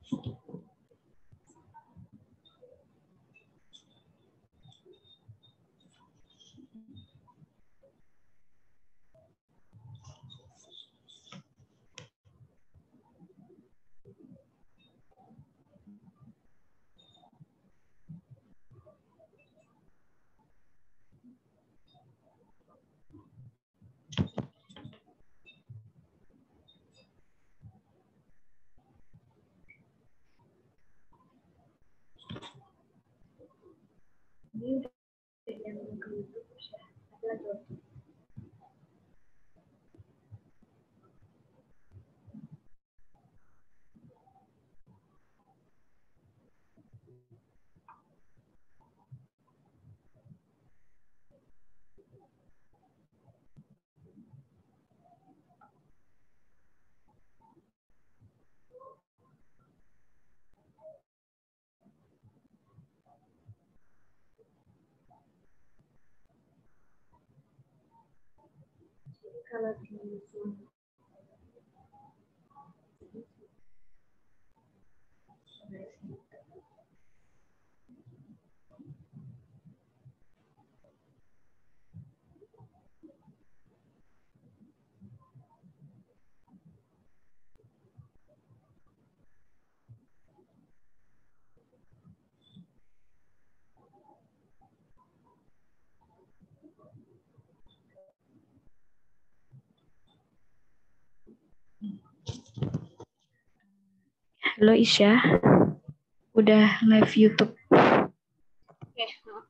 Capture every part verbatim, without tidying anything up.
Ini udah yang ke YouTube ya. Ada lagi. Jadi kalau di Zoom Halo Isya, udah live YouTube. Oke.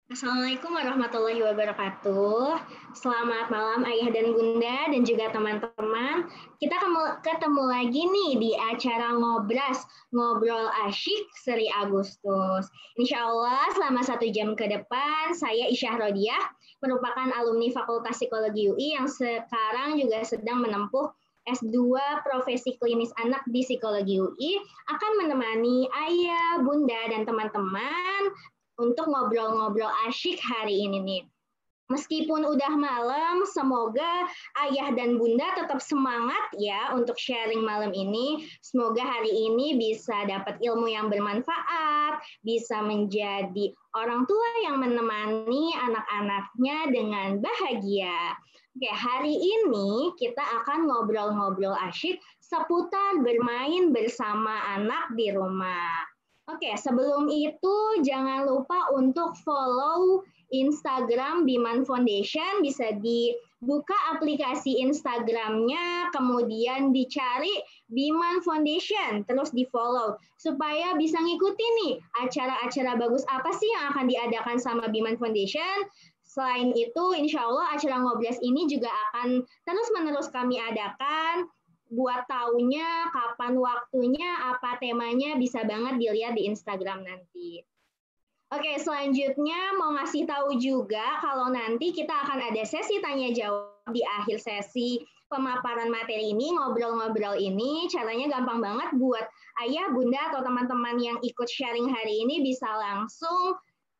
Assalamualaikum warahmatullahi wabarakatuh. Selamat malam ayah dan bunda dan juga teman-teman. Kita ketemu lagi nih di acara Ngobras, Ngobrol Asyik seri Agustus. Insya Allah selama satu jam ke depan, saya Isyah Rodiah, merupakan alumni Fakultas Psikologi U I yang sekarang juga sedang menempuh S dua Profesi Klinis Anak di Psikologi U I, akan menemani ayah, bunda, dan teman-teman untuk ngobrol-ngobrol asyik hari ini nih. Meskipun udah malam, semoga ayah dan bunda tetap semangat ya untuk sharing malam ini. Semoga hari ini bisa dapat ilmu yang bermanfaat, bisa menjadi orang tua yang menemani anak-anaknya dengan bahagia. Oke, hari ini kita akan ngobrol-ngobrol asyik seputar bermain bersama anak di rumah. Oke, sebelum itu jangan lupa untuk follow Instagram Biman Foundation, bisa dibuka aplikasi Instagramnya, kemudian dicari Biman Foundation, terus di follow, supaya bisa ngikutin nih acara-acara bagus apa sih yang akan diadakan sama Biman Foundation. Selain itu, insya Allah acara Ngobras ini juga akan terus-menerus kami adakan. Buat taunya kapan waktunya, apa temanya, bisa banget dilihat di Instagram nanti. Oke, selanjutnya mau ngasih tahu juga kalau nanti kita akan ada sesi tanya jawab di akhir sesi pemaparan materi ini, ngobrol-ngobrol ini. Caranya gampang banget buat ayah, bunda, atau teman-teman yang ikut sharing hari ini bisa langsung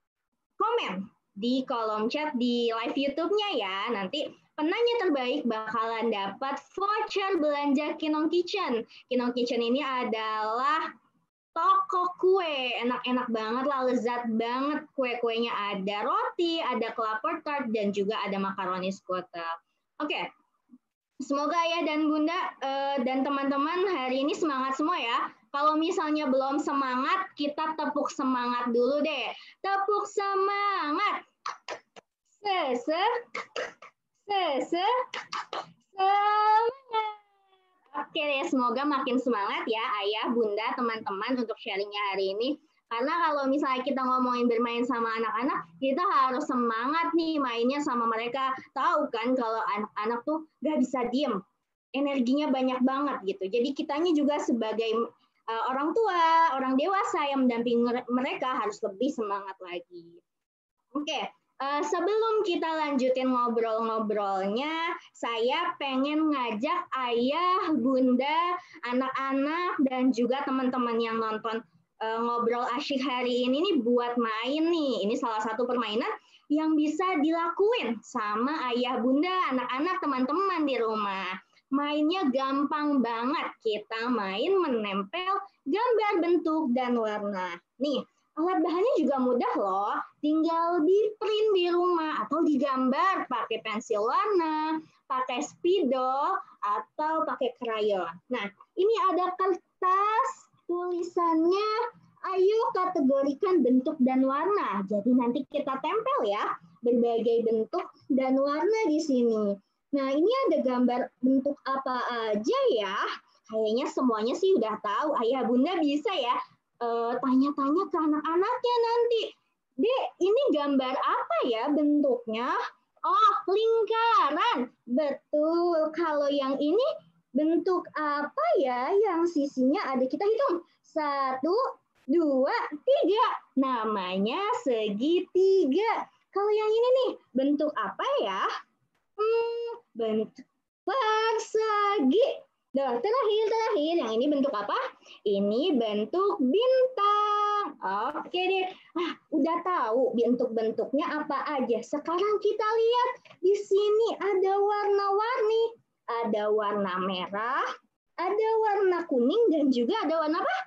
komen di kolom chat di live YouTube-nya ya. Nanti penanya terbaik bakalan dapat voucher belanja Kinong Kitchen. Kinong Kitchen ini adalah toko kue, enak-enak banget lah, lezat banget kue-kuenya. Ada roti, ada kelapa tart, dan juga ada makaroni skutel. Oke, semoga ayah dan bunda uh, dan teman-teman hari ini semangat semua ya. Kalau misalnya belum semangat, kita tepuk semangat dulu deh. Tepuk semangat. Se, se, se, se, semangat. Oke deh, semoga makin semangat ya ayah, bunda, teman-teman untuk sharingnya hari ini. Karena kalau misalnya kita ngomongin bermain sama anak-anak, kita harus semangat nih mainnya sama mereka. Tahu kan kalau anak-anak tuh gak bisa diem, energinya banyak banget gitu. Jadi kitanya juga sebagai uh, orang tua, orang dewasa yang mendampingi mereka harus lebih semangat lagi. Oke. Uh, sebelum kita lanjutin ngobrol-ngobrolnya, saya pengen ngajak ayah, bunda, anak-anak, dan juga teman-teman yang nonton uh, ngobrol asyik hari ini nih buat main nih. Ini salah satu permainan yang bisa dilakuin sama ayah, bunda, anak-anak, teman-teman di rumah. Mainnya gampang banget. Kita main menempel gambar, bentuk, dan warna. Nih, alat bahannya juga mudah loh, tinggal di print di rumah atau digambar pakai pensil warna, pakai spidol, atau pakai krayon. Nah, ini ada kertas tulisannya, ayo kategorikan bentuk dan warna. Jadi nanti kita tempel ya, berbagai bentuk dan warna di sini. Nah, ini ada gambar bentuk apa aja ya? Kayaknya semuanya sih udah tahu, ayah bunda bisa ya tanya-tanya ke anak-anaknya nanti. Dek, ini gambar apa ya bentuknya? Oh, lingkaran. Betul. Kalau yang ini bentuk apa ya yang sisinya ada? Kita hitung. Satu, dua, tiga. Namanya segitiga. Kalau yang ini nih, bentuk apa ya? Hmm, bentuk persegi. Nah, terakhir, terakhir, yang ini bentuk apa? Ini bentuk bintang. Oke deh. Ah, udah tahu bentuk-bentuknya apa aja. Sekarang kita lihat di sini ada warna-warni. Ada warna merah, ada warna kuning, dan juga ada warna apa?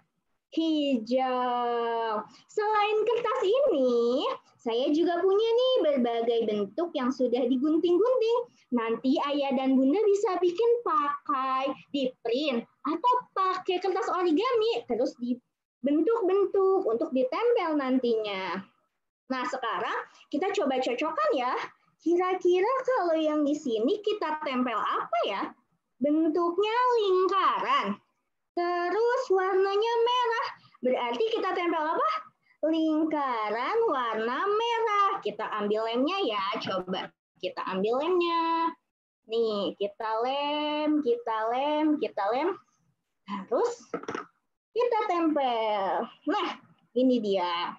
Hijau. Selain kertas ini, saya juga punya nih berbagai bentuk yang sudah digunting-gunting. Nanti ayah dan bunda bisa bikin pakai di print atau pakai kertas origami, terus dibentuk-bentuk untuk ditempel nantinya. Nah, sekarang kita coba cocokkan ya. Kira-kira kalau yang di sini kita tempel apa ya? Bentuknya lingkaran. Terus warnanya merah. Berarti kita tempel apa? Lingkaran warna merah. kita ambil lemnya ya. Coba kita ambil lemnya. Nih, kita lem, kita lem, kita lem. Terus kita tempel. Nah, ini dia.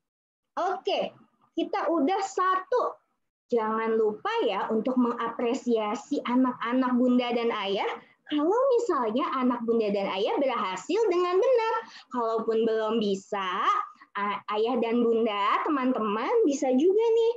Oke, kita udah satu. Jangan lupa ya untuk mengapresiasi anak-anak bunda dan ayah. Kalau misalnya anak bunda dan ayah berhasil dengan benar. Kalaupun belum bisa, ayah dan bunda, teman-teman bisa juga nih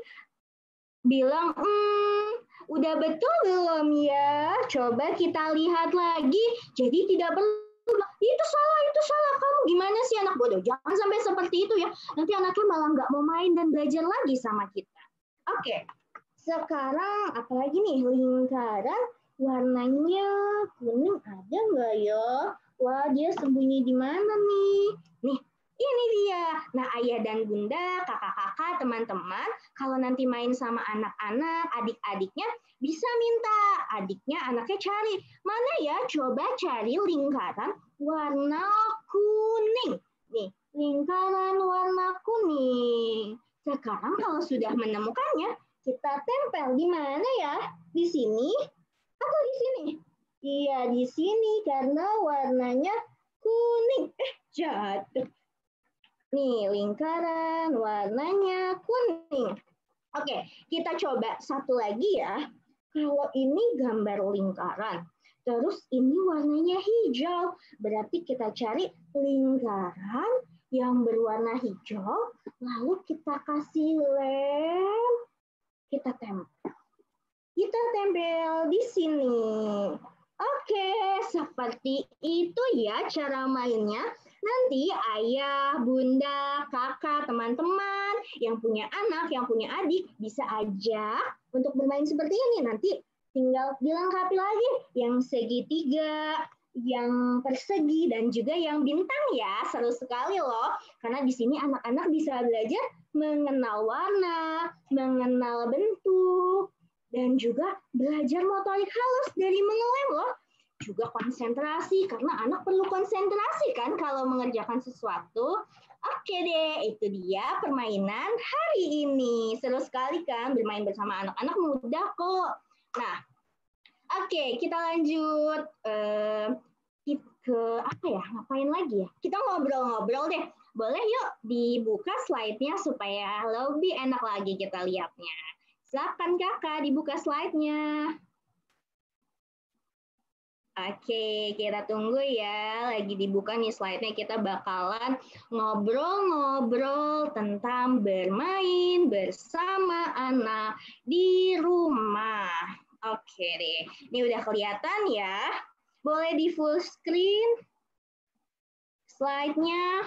bilang, hmm, udah betul belum ya? Coba kita lihat lagi. Jadi tidak perlu, itu salah, itu salah. Kamu gimana sih anak bodoh? Jangan sampai seperti itu ya. Nanti anaknya malah nggak mau main dan belajar lagi sama kita. Oke, sekarang apalagi nih? Lingkaran warnanya kuning ada nggak ya? Wah, dia sembunyi di mana nih? Nih, ini dia. Nah, ayah dan bunda, kakak-kakak, teman-teman, kalau nanti main sama anak-anak, adik-adiknya, bisa minta adiknya, anaknya cari. Mana ya? Coba cari lingkaran warna kuning. Nih, lingkaran warna kuning. Sekarang kalau sudah menemukannya, kita tempel di mana ya? Di sini atau di sini? Iya, di sini karena warnanya kuning. Eh, jatuh. Nih, lingkaran warnanya kuning. Oke, kita coba satu lagi ya. Kalau ini gambar lingkaran, terus ini warnanya hijau. Berarti kita cari lingkaran yang berwarna hijau, lalu kita kasih lem, kita tempel. Kita tempel di sini. Oke, seperti itu ya cara mainnya. Nanti ayah, bunda, kakak, teman-teman yang punya anak, yang punya adik bisa ajak untuk bermain seperti ini. Nanti tinggal dilengkapi lagi yang segitiga, yang persegi, dan juga yang bintang ya. Seru sekali loh. Karena di sini anak-anak bisa belajar mengenal warna, mengenal bentuk, dan juga belajar motorik halus dari mengelem loh. Juga konsentrasi, karena anak perlu konsentrasi kan kalau mengerjakan sesuatu. Oke deh, itu dia permainan hari ini. Seru sekali kan bermain bersama anak-anak, mudah kok. Nah, oke, kita lanjut uh, ke apa ya? Ngapain lagi ya? Kita ngobrol-ngobrol deh. Boleh yuk dibuka slide-nya supaya lebih enak lagi kita lihatnya. Silakan kakak dibuka slide-nya. Oke, kita tunggu ya. Lagi dibuka nih slide-nya. Kita bakalan ngobrol-ngobrol tentang bermain bersama anak di rumah. Oke deh. Ini udah kelihatan ya. Boleh di full screen slide-nya.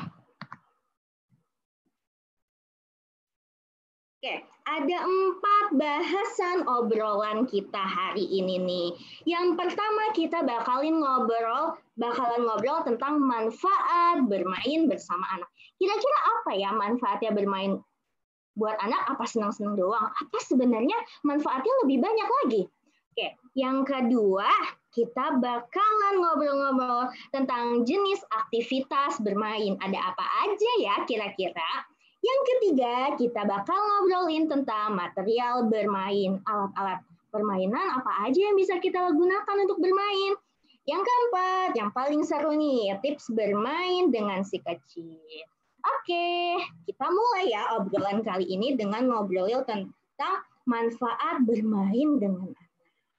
Oke, ada empat bahasan obrolan kita hari ini nih. Yang pertama kita bakalin ngobrol, bakalan ngobrol tentang manfaat bermain bersama anak. Kira-kira apa ya manfaatnya bermain buat anak? Apa senang-senang doang? Apa sebenarnya manfaatnya lebih banyak lagi? Oke, yang kedua kita bakalan ngobrol-ngobrol tentang jenis aktivitas bermain. Ada apa aja ya kira-kira? Yang ketiga, kita bakal ngobrolin tentang material bermain, alat-alat permainan apa aja yang bisa kita gunakan untuk bermain. Yang keempat, yang paling seru nih, tips bermain dengan si kecil. Oke, kita mulai ya obrolan kali ini dengan ngobrolin tentang manfaat bermain dengan anak.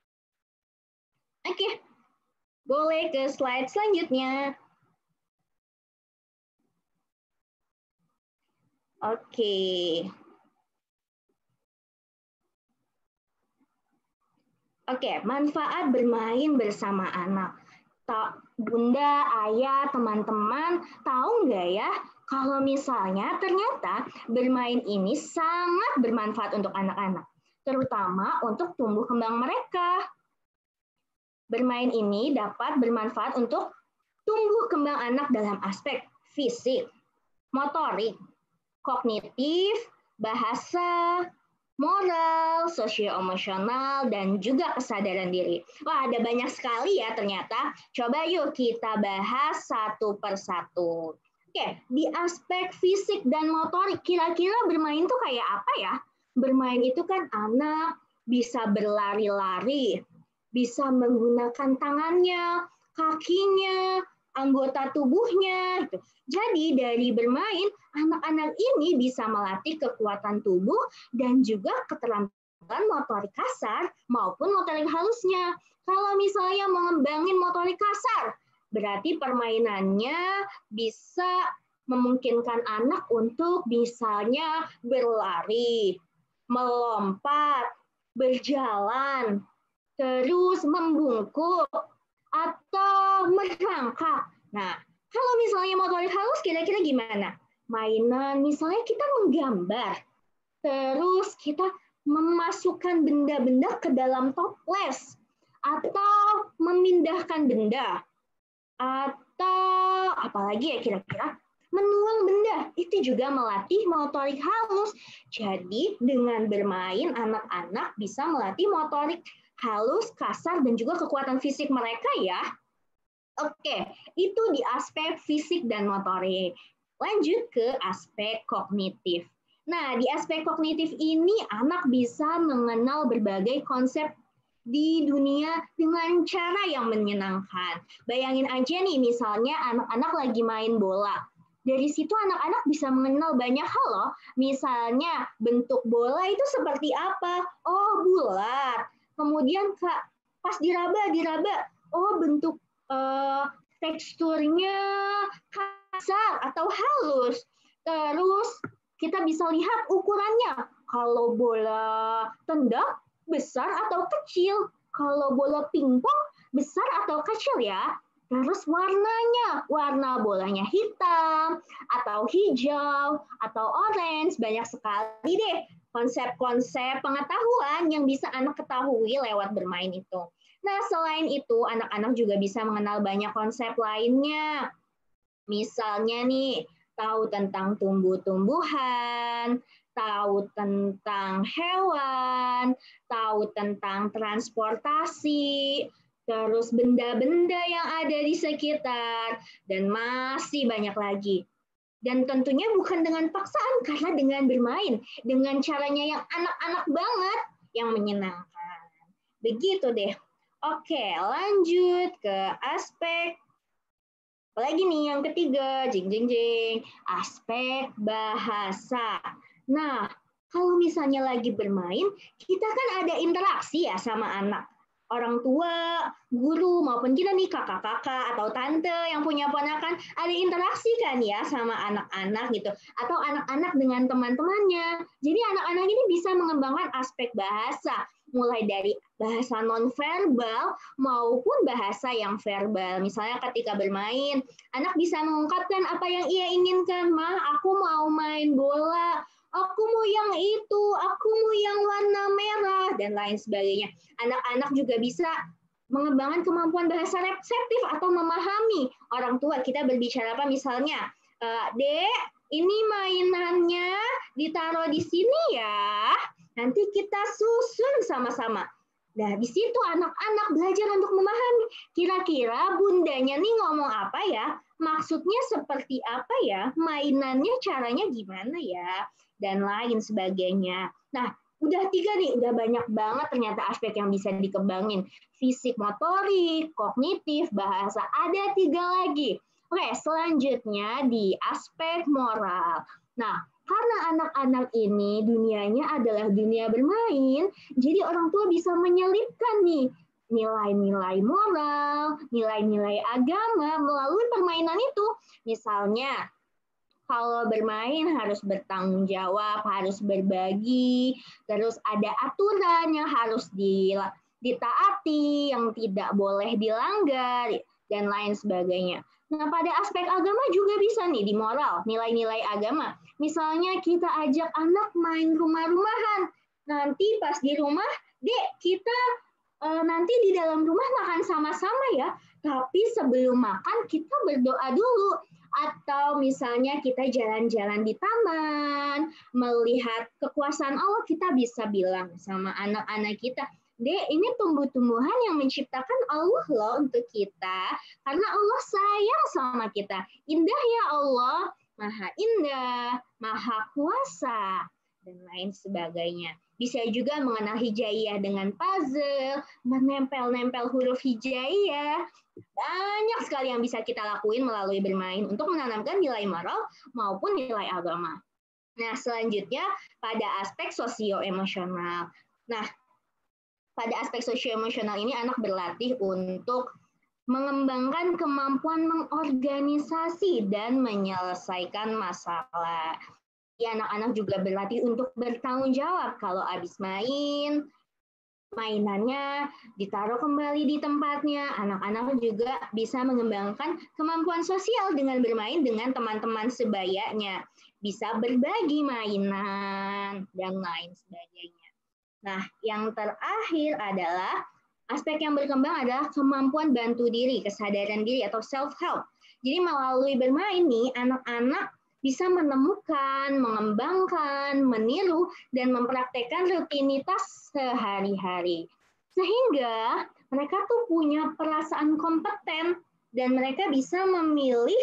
Oke, boleh ke slide selanjutnya. Oke. Oke, manfaat bermain bersama anak. Bunda, ayah, teman-teman, tahu nggak ya kalau misalnya ternyata bermain ini sangat bermanfaat untuk anak-anak, terutama untuk tumbuh kembang mereka. Bermain ini dapat bermanfaat untuk tumbuh kembang anak dalam aspek fisik, motorik, kognitif, bahasa, moral, sosio-emosional, dan juga kesadaran diri. Wah, ada banyak sekali ya ternyata. Coba yuk kita bahas satu persatu. Oke, di aspek fisik dan motorik, kira-kira bermain tuh kayak apa ya? Bermain itu kan anak bisa berlari-lari, bisa menggunakan tangannya, kakinya, anggota tubuhnya. Gitu. Jadi dari bermain, anak-anak ini bisa melatih kekuatan tubuh dan juga keterampilan motorik kasar maupun motorik halusnya. Kalau misalnya mengembangin motorik kasar, berarti permainannya bisa memungkinkan anak untuk misalnya berlari, melompat, berjalan, terus membungkuk, atau merangkak. Nah, kalau misalnya motorik halus kira-kira gimana? Mainan, misalnya kita menggambar, terus kita memasukkan benda-benda ke dalam toples, atau memindahkan benda, atau apalagi ya kira-kira? Menuang benda, itu juga melatih motorik halus. Jadi dengan bermain, anak-anak bisa melatih motorik halus, kasar, dan juga kekuatan fisik mereka ya. Oke, itu di aspek fisik dan motorik. Lanjut ke aspek kognitif. Nah, di aspek kognitif ini anak bisa mengenal berbagai konsep di dunia dengan cara yang menyenangkan. Bayangin aja nih, misalnya anak-anak lagi main bola. Dari situ anak-anak bisa mengenal banyak hal loh. Misalnya bentuk bola itu seperti apa? Oh, bulat. Kemudian Kak, pas diraba, diraba, oh bentuk eh, teksturnya kasar atau halus. Terus kita bisa lihat ukurannya. Kalau bola tendang besar atau kecil. Kalau bola pingpong besar atau kecil ya. Terus warnanya, warna bolanya hitam, atau hijau, atau orange, banyak sekali deh konsep-konsep pengetahuan yang bisa anak ketahui lewat bermain itu. Nah, selain itu, anak-anak juga bisa mengenal banyak konsep lainnya. Misalnya nih, tahu tentang tumbuh-tumbuhan, tahu tentang hewan, tahu tentang transportasi, terus benda-benda yang ada di sekitar, dan masih banyak lagi. Dan tentunya bukan dengan paksaan, karena dengan bermain, dengan caranya yang anak-anak banget, yang menyenangkan. Begitu deh. Oke, lanjut ke aspek, apalagi nih yang ketiga, jing jing jing, aspek bahasa. Nah, kalau misalnya lagi bermain, kita kan ada interaksi ya sama anak. Orang tua, guru, maupun kita nih kakak-kakak atau tante yang punya ponakan, ada interaksi kan ya sama anak-anak gitu. Atau anak-anak dengan teman-temannya. Jadi anak-anak ini bisa mengembangkan aspek bahasa. Mulai dari bahasa non-verbal maupun bahasa yang verbal. Misalnya ketika bermain, anak bisa mengungkapkan apa yang ia inginkan. Ma, aku mau main bola. Aku mau yang itu, aku mau yang warna merah, dan lain sebagainya. Anak-anak juga bisa mengembangkan kemampuan bahasa reseptif atau memahami orang tua. Kita berbicara apa misalnya, e, Dek, ini mainannya ditaruh di sini ya, nanti kita susun sama-sama. Nah, di situ anak-anak belajar untuk memahami. Kira-kira bundanya nih ngomong apa ya? Maksudnya seperti apa ya? Mainannya caranya gimana ya? Dan lain sebagainya. Nah, udah tiga nih, udah banyak banget ternyata aspek yang bisa dikembangin. Fisik, motorik, kognitif, bahasa, ada tiga lagi. Oke, selanjutnya di aspek moral. Nah, karena anak-anak ini dunianya adalah dunia bermain, jadi orang tua bisa menyelipkan nih nilai-nilai moral, nilai-nilai agama melalui permainan itu. Misalnya, kalau bermain harus bertanggung jawab, harus berbagi, terus ada aturan yang harus ditaati, yang tidak boleh dilanggar, dan lain sebagainya. Nah, pada aspek agama juga bisa nih di moral, nilai-nilai agama. Misalnya kita ajak anak main rumah-rumahan. Nanti pas di rumah, Dek, kita e, nanti di dalam rumah makan sama-sama ya. Tapi sebelum makan kita berdoa dulu. Atau misalnya kita jalan-jalan di taman, melihat kekuasaan Allah, kita bisa bilang sama anak-anak kita, Dek, ini tumbuh-tumbuhan yang menciptakan Allah loh untuk kita. Karena Allah sayang sama kita. Indah ya Allah, maha indah, maha kuasa. dan lain sebagainya. Bisa juga mengenal hijaiyah dengan puzzle, menempel-nempel huruf hijaiyah. Banyak sekali yang bisa kita lakuin melalui bermain untuk menanamkan nilai moral maupun nilai agama. Nah, selanjutnya pada aspek sosio-emosional. Nah, pada aspek sosio-emosional ini anak berlatih untuk mengembangkan kemampuan mengorganisasi dan menyelesaikan masalah. Ya, anak-anak juga berlatih untuk bertanggung jawab kalau habis main, mainannya ditaruh kembali di tempatnya. Anak-anak juga bisa mengembangkan kemampuan sosial dengan bermain dengan teman-teman sebayanya. Bisa berbagi mainan, dan lain sebagainya. Nah, yang terakhir adalah aspek yang berkembang adalah kemampuan bantu diri, kesadaran diri atau self-help. Jadi melalui bermain nih, anak-anak bisa menemukan, mengembangkan, meniru, dan mempraktekkan rutinitas sehari-hari. Sehingga mereka tuh punya perasaan kompeten dan mereka bisa memilih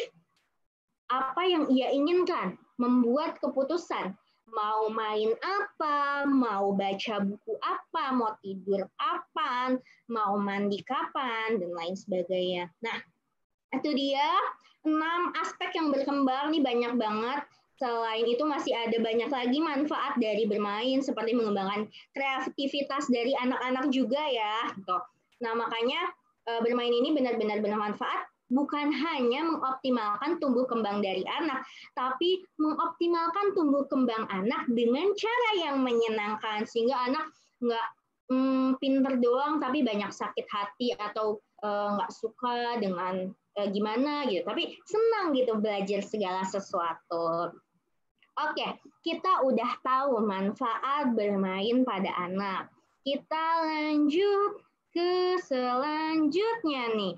apa yang ia inginkan, membuat keputusan. Mau main apa, mau baca buku apa, mau tidur kapan, mau mandi kapan, dan lain sebagainya. Nah, itu dia enam aspek yang berkembang nih, banyak banget. Selain itu masih ada banyak lagi manfaat dari bermain seperti mengembangkan kreativitas dari anak-anak juga ya. Gitu. Nah makanya bermain ini benar-benar bermanfaat, bukan hanya mengoptimalkan tumbuh kembang dari anak, tapi mengoptimalkan tumbuh kembang anak dengan cara yang menyenangkan sehingga anak nggak hmm, pinter doang tapi banyak sakit hati atau nggak uh, suka dengan gimana gitu, tapi senang gitu belajar segala sesuatu. Oke, kita udah tahu manfaat bermain pada anak. Kita lanjut ke selanjutnya nih.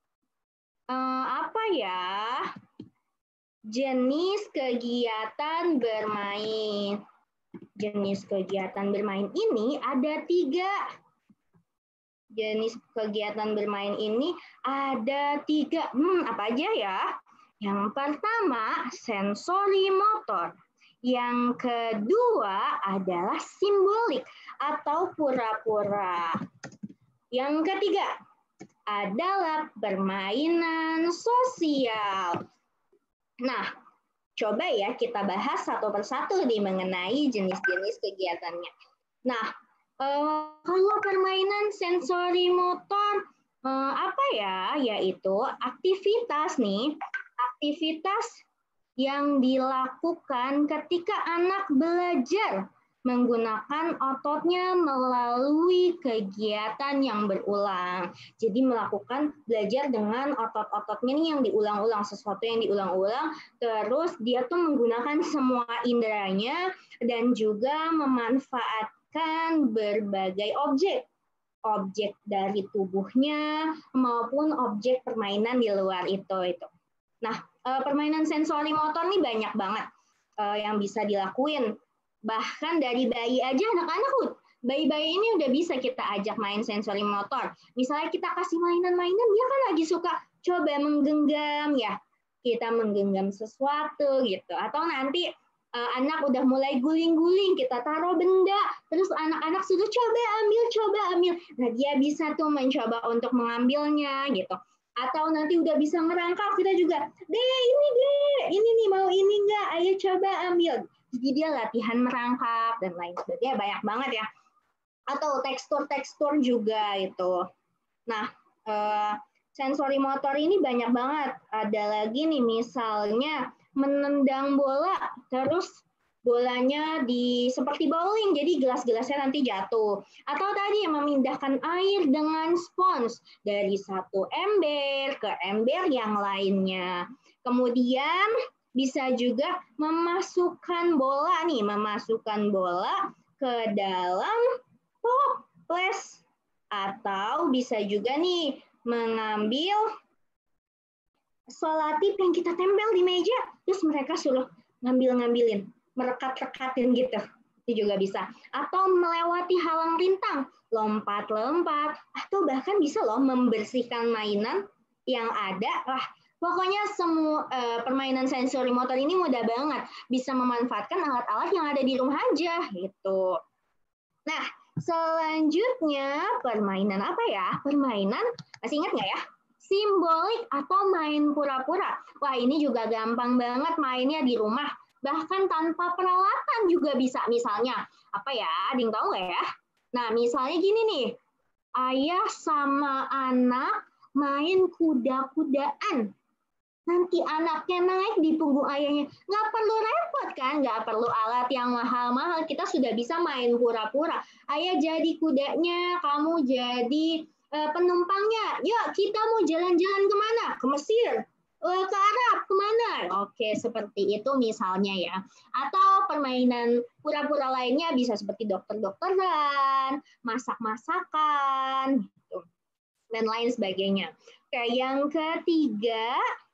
Uh, apa ya? Jenis kegiatan bermain. Jenis kegiatan bermain ini ada tiga. Jenis kegiatan bermain ini ada tiga. Hmm, apa aja ya? Yang pertama, sensori motor. Yang kedua adalah simbolik atau pura-pura. Yang ketiga adalah permainan sosial. Nah, coba ya kita bahas satu persatu nih mengenai jenis-jenis kegiatannya. Nah, Uh, kalau permainan sensori motor, uh, apa ya? Yaitu aktivitas nih, aktivitas yang dilakukan ketika anak belajar menggunakan ototnya melalui kegiatan yang berulang. Jadi melakukan belajar dengan otot-ototnya nih yang diulang-ulang, sesuatu yang diulang-ulang, terus dia tuh menggunakan semua inderanya dan juga memanfaatkan kan berbagai objek, objek dari tubuhnya maupun objek permainan di luar itu itu. Nah, permainan sensori motor nih banyak banget yang bisa dilakuin. Bahkan dari bayi aja anak-anak, bayi-bayi ini udah bisa kita ajak main sensori motor. Misalnya kita kasih mainan-mainan, dia kan lagi suka coba menggenggam ya. Kita menggenggam sesuatu gitu. Atau nanti Uh, anak udah mulai guling-guling, kita taruh benda, terus anak-anak sudah coba ambil, coba ambil. Nah, dia bisa tuh mencoba untuk mengambilnya gitu. Atau nanti udah bisa ngerangkap, kita juga, deh ini deh, ini nih mau ini enggak, ayo coba ambil. Jadi dia latihan merangkap dan lain sebagainya, banyak banget ya. Atau tekstur-tekstur juga itu. Nah, uh, sensori motor ini banyak banget. Ada lagi nih misalnya menendang bola, terus bolanya di seperti bowling, jadi gelas-gelasnya nanti jatuh. Atau tadi memindahkan air dengan spons dari satu ember ke ember yang lainnya. Kemudian bisa juga memasukkan bola nih, memasukkan bola ke dalam toples. Atau bisa juga nih mengambil solatip yang kita tempel di meja, terus mereka suruh ngambil-ngambilin, merekat-rekatin gitu. Itu juga bisa. Atau melewati halang rintang, lompat-lompat, atau bahkan bisa loh membersihkan mainan yang ada. Wah, Pokoknya semua uh, permainan sensori motor ini mudah banget, bisa memanfaatkan alat-alat yang ada di rumah aja gitu. Nah, selanjutnya permainan apa ya? Permainan, masih ingat nggak ya? Simbolik atau main pura-pura. Wah, ini juga gampang banget mainnya di rumah. Bahkan tanpa peralatan juga bisa. Misalnya, apa ya? Ada yang tahu nggak ya? Nah, misalnya gini nih. Ayah sama anak main kuda-kudaan. Nanti anaknya naik di punggung ayahnya. Nggak perlu repot kan? Nggak perlu alat yang mahal-mahal. Kita sudah bisa main pura-pura. Ayah jadi kudanya, kamu jadi uh, penumpangnya. Yuk, kita mau jalan-jalan kemana? Ke Mesir. Uh, ke Arab, kemana? Oke, seperti itu misalnya ya. Atau permainan pura-pura lainnya bisa seperti dokter-dokteran, masak-masakan, gitu. Dan lain sebagainya. Oke, yang ketiga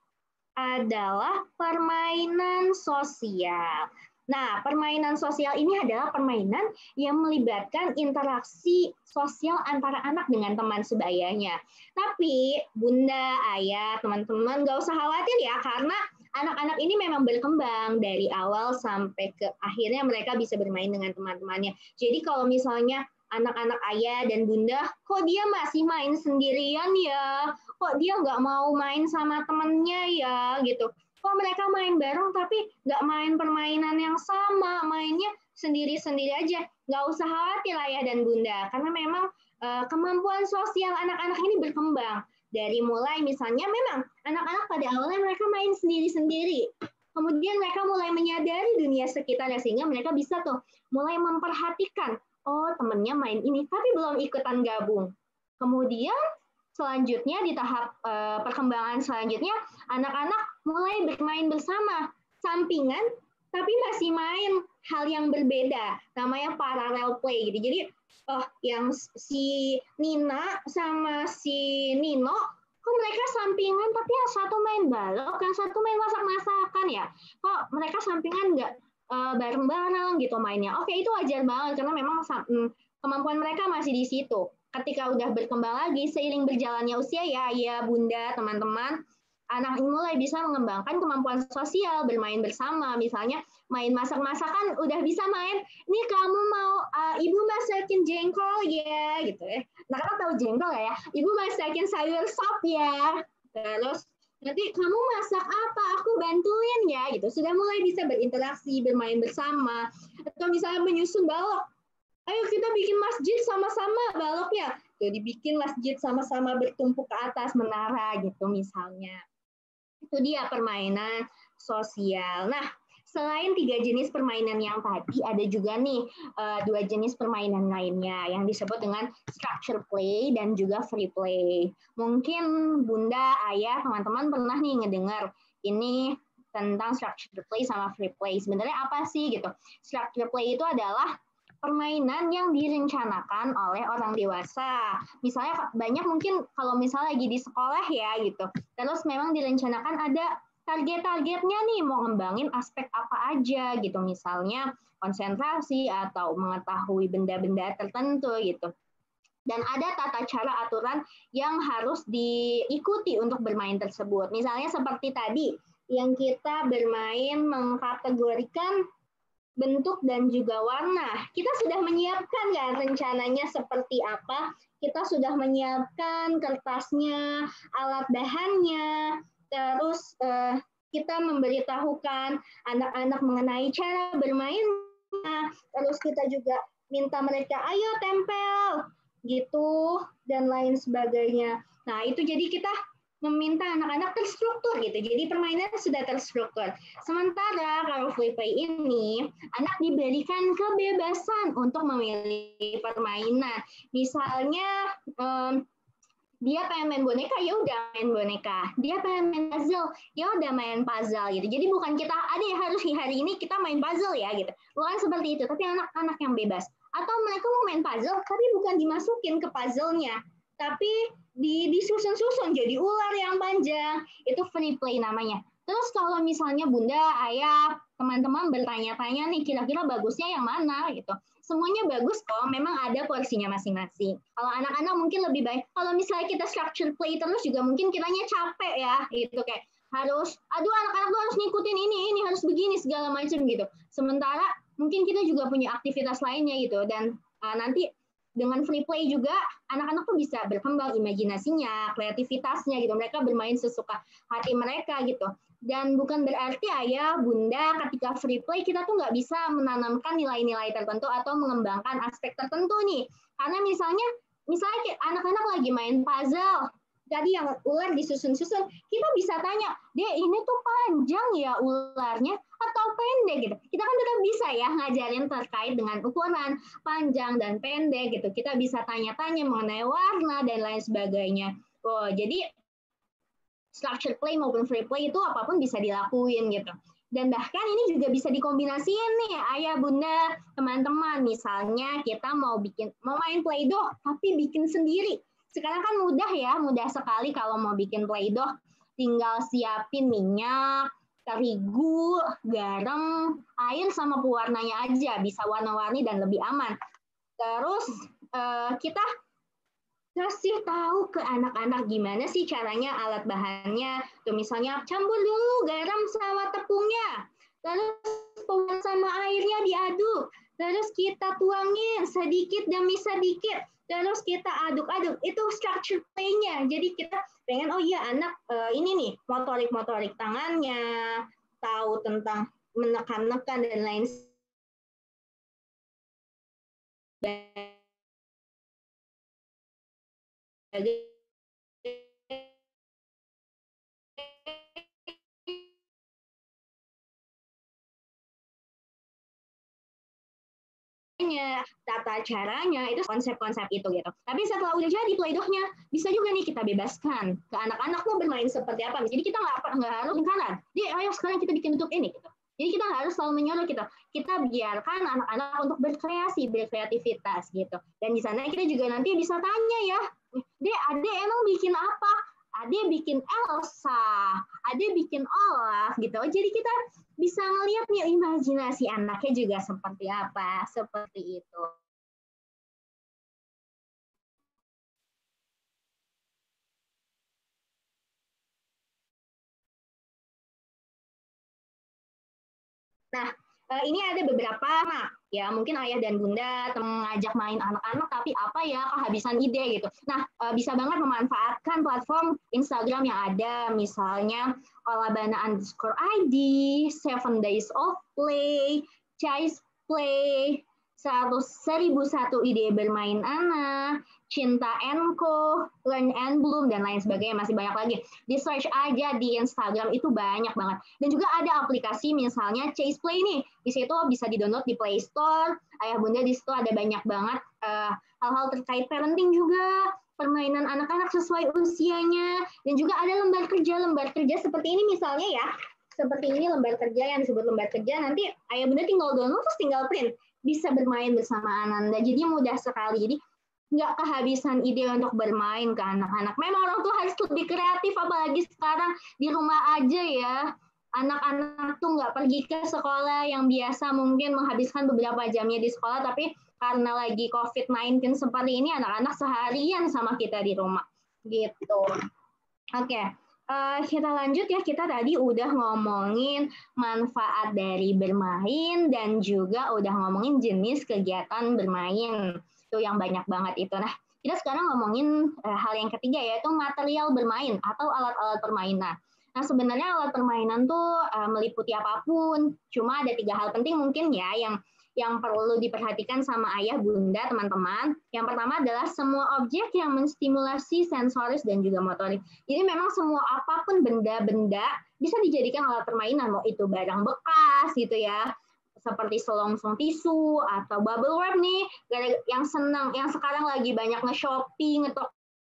adalah permainan sosial. Nah, permainan sosial ini adalah permainan yang melibatkan interaksi sosial antara anak dengan teman sebayanya. Tapi, Bunda, Ayah, teman-teman, nggak usah khawatir ya, karena anak-anak ini memang berkembang dari awal sampai ke akhirnya mereka bisa bermain dengan teman-temannya. Jadi kalau misalnya anak-anak ayah dan bunda, kok dia masih main sendirian ya? Kok dia nggak mau main sama temennya ya? Gitu. Kok mereka main bareng tapi nggak main permainan yang sama, mainnya sendiri-sendiri aja. Nggak usah khawatir ayah dan bunda, karena memang uh, kemampuan sosial anak-anak ini berkembang. Dari mulai misalnya memang anak-anak pada awalnya mereka main sendiri-sendiri. Kemudian mereka mulai menyadari dunia sekitarnya sehingga mereka bisa tuh mulai memperhatikan, oh temennya main ini, tapi belum ikutan gabung. Kemudian selanjutnya di tahap uh, perkembangan selanjutnya, anak-anak mulai bermain bersama, sampingan, tapi masih main hal yang berbeda, namanya parallel play gitu. Jadi, oh yang si Nina sama si Nino, kok mereka sampingan, tapi yang satu main balok, yang satu main masak-masakan ya. Kok mereka sampingan nggak bareng-bareng gitu mainnya. Oke, itu wajar banget karena memang kemampuan mereka masih di situ. Ketika udah berkembang lagi, seiring berjalannya usia ya, ya bunda, teman-teman, anak mulai bisa mengembangkan kemampuan sosial, bermain bersama. Misalnya main masak-masakan, udah bisa main, ini kamu mau, uh, ibu masakin jengkol ya, gitu ya. Nah, kan tahu jengkol ya, ibu masakin sayur sop ya. Terus, nanti kamu masak apa? Aku bantuin ya, gitu. Sudah mulai bisa berinteraksi, bermain bersama, atau misalnya menyusun balok. Ayo kita bikin masjid sama-sama baloknya. Tuh dibikin masjid sama-sama bertumpuk ke atas menara gitu misalnya. Itu dia permainan sosial. Nah, selain tiga jenis permainan yang tadi, ada juga nih uh, dua jenis permainan lainnya yang disebut dengan structure play dan juga free play. Mungkin Bunda, Ayah, teman-teman pernah nih ngedengar ini tentang structure play sama free play. Sebenarnya apa sih gitu? Structure play itu adalah permainan yang direncanakan oleh orang dewasa. Misalnya banyak mungkin kalau misalnya lagi di sekolah ya gitu. Terus memang direncanakan ada target-targetnya nih, mau ngembangin aspek apa aja gitu. Misalnya konsentrasi atau mengetahui benda-benda tertentu gitu. Dan ada tata cara aturan yang harus diikuti untuk bermain tersebut. Misalnya seperti tadi, yang kita bermain mengkategorikan bentuk dan juga warna. Kita sudah menyiapkan kan rencananya seperti apa? Kita sudah menyiapkan kertasnya, alat bahannya, terus eh, kita memberitahukan anak-anak mengenai cara bermainnya, terus kita juga minta mereka, ayo tempel, gitu, dan lain sebagainya. Nah, itu jadi kita meminta anak-anak terstruktur gitu. Jadi permainan sudah terstruktur. Sementara kalau free play ini, anak diberikan kebebasan untuk memilih permainan. Misalnya um, dia pengen main boneka, ya udah main boneka. Dia pengen main puzzle, ya udah main puzzle gitu. Jadi bukan kita, ada ya harus hari ini kita main puzzle ya gitu. Bukan seperti itu, tapi anak-anak yang bebas. Atau mereka mau main puzzle, tapi bukan dimasukin ke puzzle-nya, tapi di disusun-susun jadi ular yang panjang. Itu free play namanya. Terus kalau misalnya bunda, ayah, teman-teman bertanya-tanya nih, kira-kira bagusnya yang mana gitu. Semuanya bagus kok, memang ada porsinya masing-masing. Kalau anak-anak mungkin lebih baik, kalau misalnya kita structure play terus juga mungkin kitanya capek ya, gitu kayak, harus, aduh anak-anak tuh harus ngikutin ini, ini harus begini segala macam gitu. Sementara mungkin kita juga punya aktivitas lainnya gitu, dan uh, nanti dengan free play juga anak-anak tuh bisa berkembang imajinasinya, kreativitasnya gitu. Mereka bermain sesuka hati mereka gitu. Dan bukan berarti ayah, bunda ketika free play kita tuh nggak bisa menanamkan nilai-nilai tertentu atau mengembangkan aspek tertentu nih. Karena misalnya, misalnya anak-anak lagi main puzzle, tadi yang ular disusun-susun, kita bisa tanya, Dek, ini tuh panjang ya ularnya atau pendek gitu. Kita kan tetap bisa ya ngajarin terkait dengan ukuran panjang dan pendek gitu. Kita bisa tanya-tanya mengenai warna dan lain sebagainya. Oh, jadi structured play maupun free play itu apapun bisa dilakuin gitu. Dan bahkan ini juga bisa dikombinasiin nih, ayah, bunda, teman-teman. Misalnya kita mau bikin, mau main Play-Doh, tapi bikin sendiri. Sekarang kan mudah ya, mudah sekali kalau mau bikin Play-Doh. Tinggal siapin minyak, terigu, garam, air, sama pewarnanya aja. Bisa warna-warni dan lebih aman. Terus kita kasih tahu ke anak-anak gimana sih caranya alat bahannya. Tuh misalnya campur dulu garam sama tepungnya. Terus pewarna sama airnya diaduk. Terus kita tuangin sedikit demi sedikit. Terus kita aduk-aduk. Itu structure play-nya. Jadi kita pengen, oh iya anak uh, ini nih, motorik-motorik tangannya, tahu tentang menekan-nekan dan lain sebagainya. Tata caranya itu konsep-konsep itu gitu. Tapi setelah udah jadi Play-Doh-nya, bisa juga nih kita bebaskan ke anak-anak mau bermain seperti apa. Jadi kita nggak nggak harus lingkaran. Jadi ayo sekarang kita bikin bentuk ini gitu. Jadi kita harus selalu menyuruh gitu. Kita biarkan anak-anak untuk berkreasi, berkreativitas gitu. Dan di sana kita juga nanti bisa tanya ya, Dek, Adek emang bikin apa? Adek bikin Elsa, Adek bikin Olaf gitu. Jadi kita bisa ngelihat nih imajinasi anaknya juga seperti apa, seperti itu. Nah, ini ada beberapa anak ya, mungkin ayah dan bunda mengajak main anak-anak, tapi apa ya kehabisan ide gitu. Nah, bisa banget memanfaatkan platform Instagram yang ada, misalnya Olabana underscore I D, Seven Days of Play, Chase Play, seribu satu ide bermain anak, Cinta and Co, Learn and Bloom, dan lain sebagainya, masih banyak lagi. Di search aja di Instagram itu banyak banget. Dan juga ada aplikasi misalnya Chase Play nih, di situ bisa di-download di Play Store. Ayah bunda di situ ada banyak banget hal-hal uh, terkait parenting juga, permainan anak-anak sesuai usianya, dan juga ada lembar kerja, lembar kerja seperti ini misalnya ya, seperti ini lembar kerja yang disebut lembar kerja, nanti ayah bunda tinggal download terus tinggal print, bisa bermain bersama Ananda, jadi mudah sekali. Jadi nggak kehabisan ide untuk bermain ke anak-anak. Memang orang tua harus lebih kreatif, apalagi sekarang di rumah aja ya. Anak-anak tuh nggak pergi ke sekolah yang biasa mungkin menghabiskan beberapa jamnya di sekolah, tapi karena lagi covid sembilan belas seperti ini, anak-anak seharian sama kita di rumah. Gitu. Oke, uh, kita lanjut ya. Kita tadi udah ngomongin manfaat dari bermain dan juga udah ngomongin jenis kegiatan bermain. Itu yang banyak banget itu. Nah, kita sekarang ngomongin uh, hal yang ketiga, yaitu material bermain atau alat-alat permainan. Nah, sebenarnya alat permainan tuh uh, meliputi apapun. Cuma ada tiga hal penting mungkin ya yang yang perlu diperhatikan sama ayah, bunda, teman-teman. Yang pertama adalah semua objek yang menstimulasi sensoris dan juga motorik. Jadi memang semua apapun benda-benda bisa dijadikan alat permainan, mau itu barang bekas gitu ya, seperti selongsong tisu atau bubble wrap nih, yang senang, yang sekarang lagi banyak nge-shopping, ngetok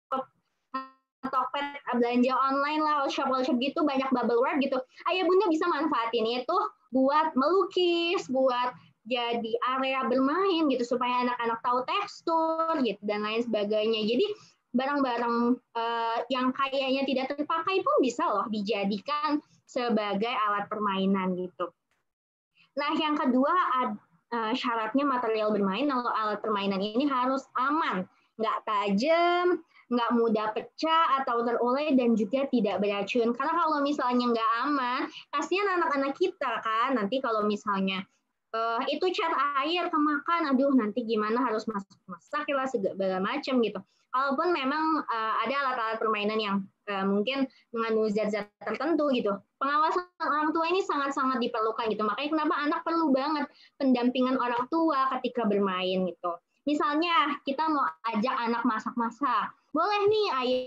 Tokped belanja online lah, shop-shop gitu, banyak bubble wrap gitu. Ayah bunda bisa manfaatin itu buat melukis, buat jadi area bermain gitu, supaya anak-anak tahu tekstur gitu dan lain sebagainya. Jadi barang-barang uh, yang kayaknya tidak terpakai pun bisa loh dijadikan sebagai alat permainan gitu. Nah, yang kedua uh, syaratnya material bermain atau alat permainan ini harus aman, nggak tajam, nggak mudah pecah atau terurai dan juga tidak beracun. Karena kalau misalnya nggak aman, kasihan anak-anak kita kan. Nanti kalau misalnya uh, itu cat air kemakan, aduh nanti gimana harus masak-masak lah segala macam gitu. Kalaupun memang uh, ada alat-alat permainan yang uh, mungkin mengandung zat-zat tertentu gitu, pengawasan orang tua ini sangat-sangat diperlukan gitu. Makanya kenapa anak perlu banget pendampingan orang tua ketika bermain gitu. Misalnya kita mau ajak anak masak-masak, boleh nih ayah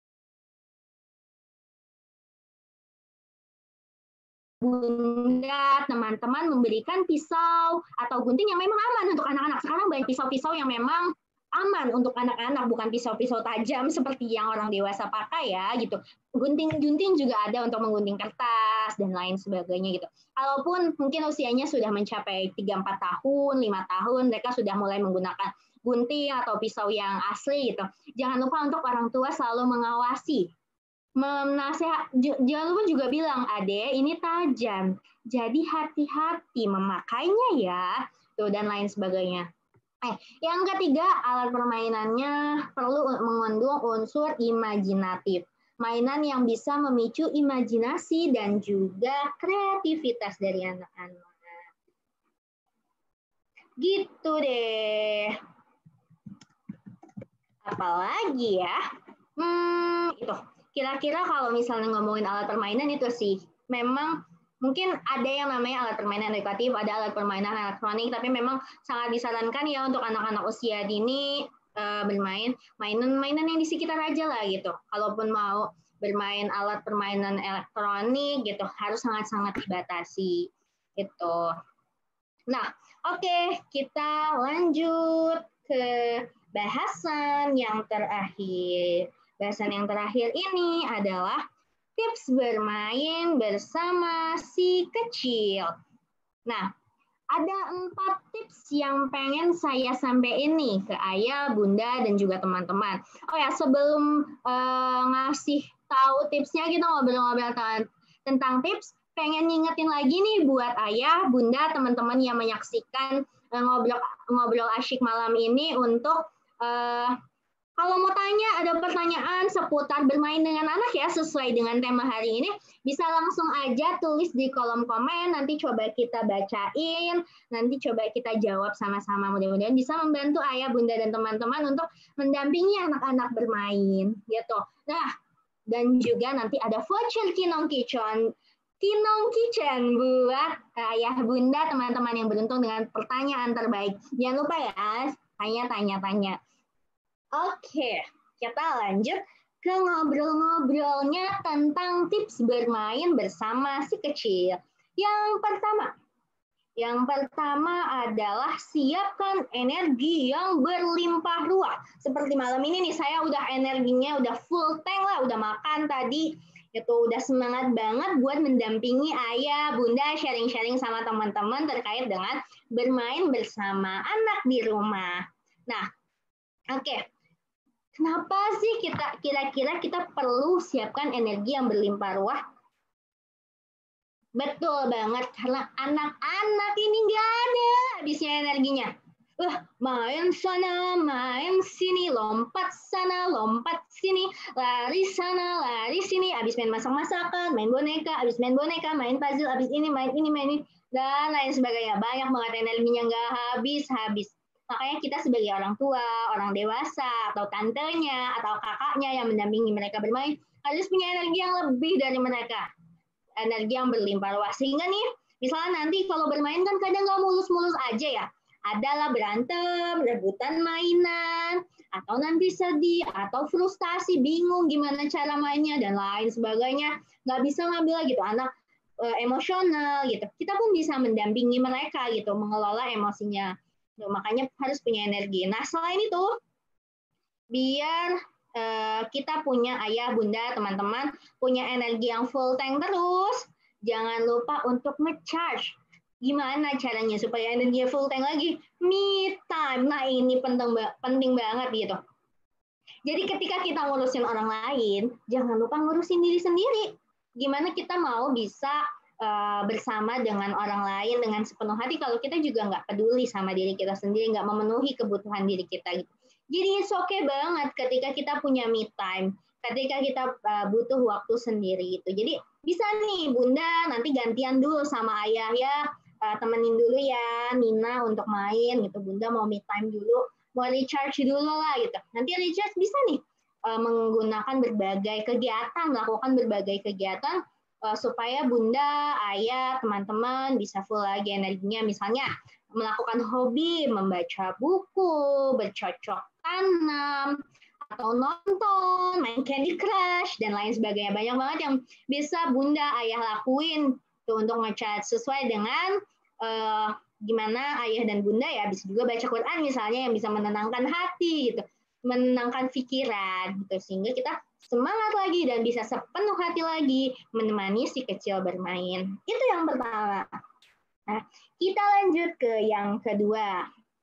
bunda, teman-teman memberikan pisau atau gunting yang memang aman untuk anak-anak. Sekarang banyak pisau-pisau yang memang aman untuk anak-anak, bukan pisau-pisau tajam seperti yang orang dewasa pakai ya gitu. Gunting-gunting juga ada untuk menggunting kertas dan lain sebagainya gitu. Kalaupun mungkin usianya sudah mencapai tiga empat tahun, lima tahun, mereka sudah mulai menggunakan gunting atau pisau yang asli gitu. Jangan lupa untuk orang tua selalu mengawasi. Menasehat, jangan lupa juga bilang, Ade ini tajam, jadi hati-hati memakainya ya, tuh dan lain sebagainya. Eh, yang ketiga, alat permainannya perlu mengandung unsur imajinatif. Mainan yang bisa memicu imajinasi dan juga kreativitas dari anak-anak. Gitu deh. Apalagi ya? Hmm, itu. Kira-kira kalau misalnya ngomongin alat permainan itu sih, memang mungkin ada yang namanya alat permainan edukatif, ada alat permainan elektronik, tapi memang sangat disarankan ya untuk anak-anak usia dini uh, bermain mainan-mainan yang di sekitar aja lah gitu. Kalaupun mau bermain alat permainan elektronik gitu, harus sangat-sangat dibatasi gitu. Nah, oke, okay, kita lanjut ke bahasan yang terakhir. Bahasan yang terakhir ini adalah tips bermain bersama si kecil. Nah, ada empat tips yang pengen saya sampaikan nih ke ayah, bunda, dan juga teman-teman. Oh ya, sebelum uh, ngasih tahu tipsnya, kita ngobrol-ngobrol tentang tips, pengen ngingetin lagi nih buat ayah, bunda, teman-teman yang menyaksikan uh, ngobrol ngobrol asyik malam ini untuk uh, kalau mau tanya, ada pertanyaan seputar bermain dengan anak ya, sesuai dengan tema hari ini, bisa langsung aja tulis di kolom komen, nanti coba kita bacain, nanti coba kita jawab sama-sama, mudah-mudahan bisa membantu ayah, bunda, dan teman-teman untuk mendampingi anak-anak bermain, gitu. Nah, dan juga nanti ada voucher Kinong Kitchen, Kinong Kitchen buat ayah, bunda, teman-teman yang beruntung dengan pertanyaan terbaik. Jangan lupa ya, tanya-tanya-tanya. Oke, kita lanjut ke ngobrol-ngobrolnya tentang tips bermain bersama si kecil. Yang pertama, yang pertama adalah siapkan energi yang berlimpah ruah. Seperti malam ini nih, saya udah energinya udah full tank lah, udah makan tadi, itu udah semangat banget buat mendampingi ayah, bunda, sharing-sharing sama teman-teman terkait dengan bermain bersama anak di rumah. Nah, oke. Okay. Kenapa sih kita kira-kira kita perlu siapkan energi yang berlimpah ruah? Betul banget, karena anak-anak ini nggak ada habisnya energinya. Uh, main sana, main sini, lompat sana, lompat sini, lari sana, lari sini, habis main masak-masakan, main boneka, habis main boneka, main puzzle, habis ini, main ini, main ini, dan lain sebagainya. Banyak banget energinya nggak habis-habis. Makanya kita sebagai orang tua, orang dewasa, atau tantenya, atau kakaknya yang mendampingi mereka bermain, harus punya energi yang lebih dari mereka. Energi yang berlimpah ruah. Sehingga nih, misalnya nanti kalau bermain kan kadang nggak mulus-mulus aja ya. Adalah berantem, rebutan mainan, atau nanti sedih, atau frustasi, bingung gimana cara mainnya, dan lain sebagainya. Nggak bisa ngambil gitu, anak emosional gitu. Kita pun bisa mendampingi mereka gitu, mengelola emosinya. Tuh, makanya harus punya energi. Nah, selain itu, biar uh, kita punya ayah, bunda, teman-teman, punya energi yang full tank terus, jangan lupa untuk nge-charge. Gimana caranya supaya energi full tank lagi? Me time. Nah, ini penting, penting banget gitu. Jadi ketika kita ngurusin orang lain, jangan lupa ngurusin diri sendiri. Gimana kita mau bisa Uh, bersama dengan orang lain dengan sepenuh hati kalau kita juga nggak peduli sama diri kita sendiri, nggak memenuhi kebutuhan diri kita gitu. Jadi it's okay banget ketika kita punya me time, ketika kita uh, butuh waktu sendiri itu. Jadi bisa nih Bunda nanti gantian dulu sama ayah ya, uh, temenin dulu ya Nina untuk main gitu. Bunda mau me time dulu, mau recharge dulu lah gitu. Nanti recharge bisa nih uh, menggunakan berbagai kegiatan, melakukan berbagai kegiatan uh, supaya Bunda, ayah, teman-teman bisa full lagi energinya. Misalnya melakukan hobi, membaca buku, bercocok tanam, atau nonton, main Candy Crush, dan lain sebagainya. Banyak banget yang bisa Bunda, Ayah lakuin tuh untuk nge-chat sesuai dengan uh, gimana Ayah dan Bunda ya. Bisa juga baca Quran misalnya yang bisa menenangkan hati, gitu, menenangkan pikiran, gitu. Sehingga kita semangat lagi dan bisa sepenuh hati lagi menemani si kecil bermain. Itu yang pertama. Nah, kita lanjut ke yang kedua.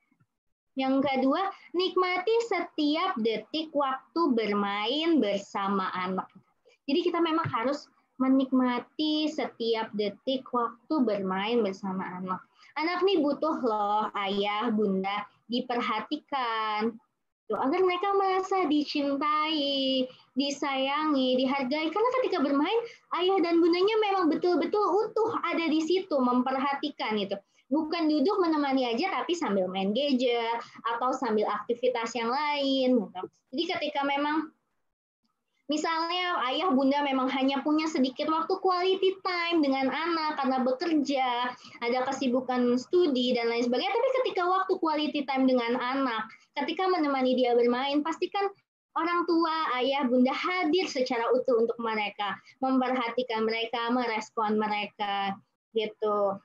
Yang kedua, nikmati setiap detik waktu bermain bersama anak. Jadi kita memang harus menikmati setiap detik waktu bermain bersama anak. Anak nih butuh loh ayah, bunda, diperhatikan, tuh, agar mereka merasa dicintai, disayangi, dihargai. Karena ketika bermain, ayah dan bundanya memang betul-betul utuh ada di situ, memperhatikan itu. Bukan duduk menemani aja, tapi sambil main gadget atau sambil aktivitas yang lain. Gitu. Jadi ketika memang misalnya ayah bunda memang hanya punya sedikit waktu quality time dengan anak karena bekerja, ada kesibukan studi dan lain sebagainya, tapi ketika waktu quality time dengan anak, ketika menemani dia bermain, pastikan orang tua, ayah, bunda hadir secara utuh untuk mereka, memperhatikan mereka, merespon mereka, gitu.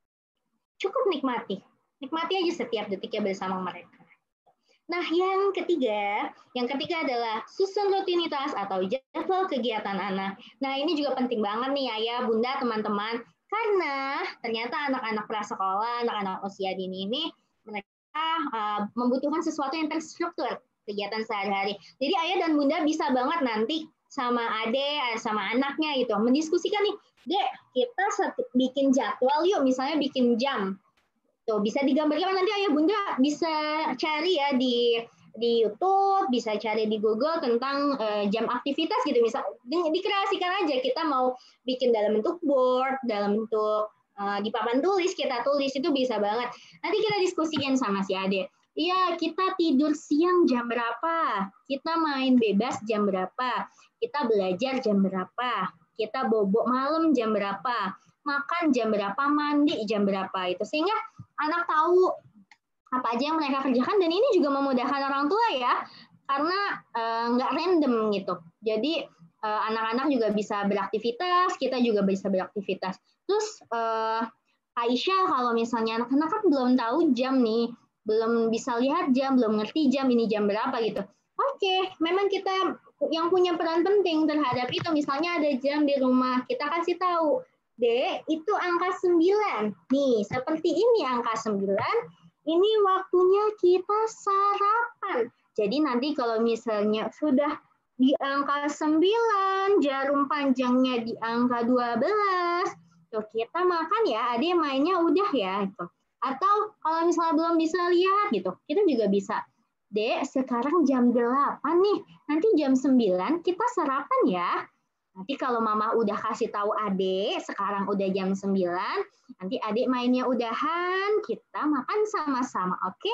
Cukup nikmati, nikmati aja setiap detiknya bersama mereka. Nah, yang ketiga, yang ketiga adalah susun rutinitas atau jadwal kegiatan anak. Nah, ini juga penting banget nih ayah, bunda, teman-teman, karena ternyata anak-anak prasekolah, anak-anak usia dini ini mereka uh, membutuhkan sesuatu yang terstruktur kegiatan sehari-hari. Jadi ayah dan bunda bisa banget nanti sama adek, sama anaknya gitu, mendiskusikan nih, dek, kita bikin jadwal yuk, misalnya bikin jam. Tuh, bisa digambarkan nanti ayah bunda bisa cari ya di di YouTube, bisa cari di Google tentang uh, jam aktivitas gitu. Misal di, dikreasikan aja kita mau bikin dalam bentuk board, dalam bentuk uh, di papan tulis, kita tulis itu bisa banget. Nanti kita diskusikan sama si Ade. Iya, kita tidur siang jam berapa? Kita main bebas jam berapa? Kita belajar jam berapa? Kita bobok malam jam berapa? Makan jam berapa? Mandi jam berapa? Itu sehingga anak tahu apa aja yang mereka kerjakan, dan ini juga memudahkan orang tua ya, karena nggak uh, random gitu. Jadi uh, anak-anak juga bisa beraktivitas, kita juga bisa beraktivitas. Terus uh, Aisyah kalau misalnya anak-anak kan belum tahu jam nih, belum bisa lihat jam, belum ngerti jam ini jam berapa gitu. Oke, memang kita yang punya peran penting terhadap itu. Misalnya ada jam di rumah, kita kasih tahu, Dek, itu angka sembilan. Nih, seperti ini angka sembilan, ini waktunya kita sarapan. Jadi nanti kalau misalnya sudah di angka sembilan, jarum panjangnya di angka dua belas, tuh kita makan ya, adik mainnya udah ya. Gitu. Atau kalau misalnya belum bisa lihat gitu, kita juga bisa, Dek, sekarang jam delapan nih, nanti jam sembilan kita sarapan ya. Nanti kalau mama udah kasih tahu adik, sekarang udah jam sembilan, nanti adik mainnya udahan, kita makan sama-sama, oke?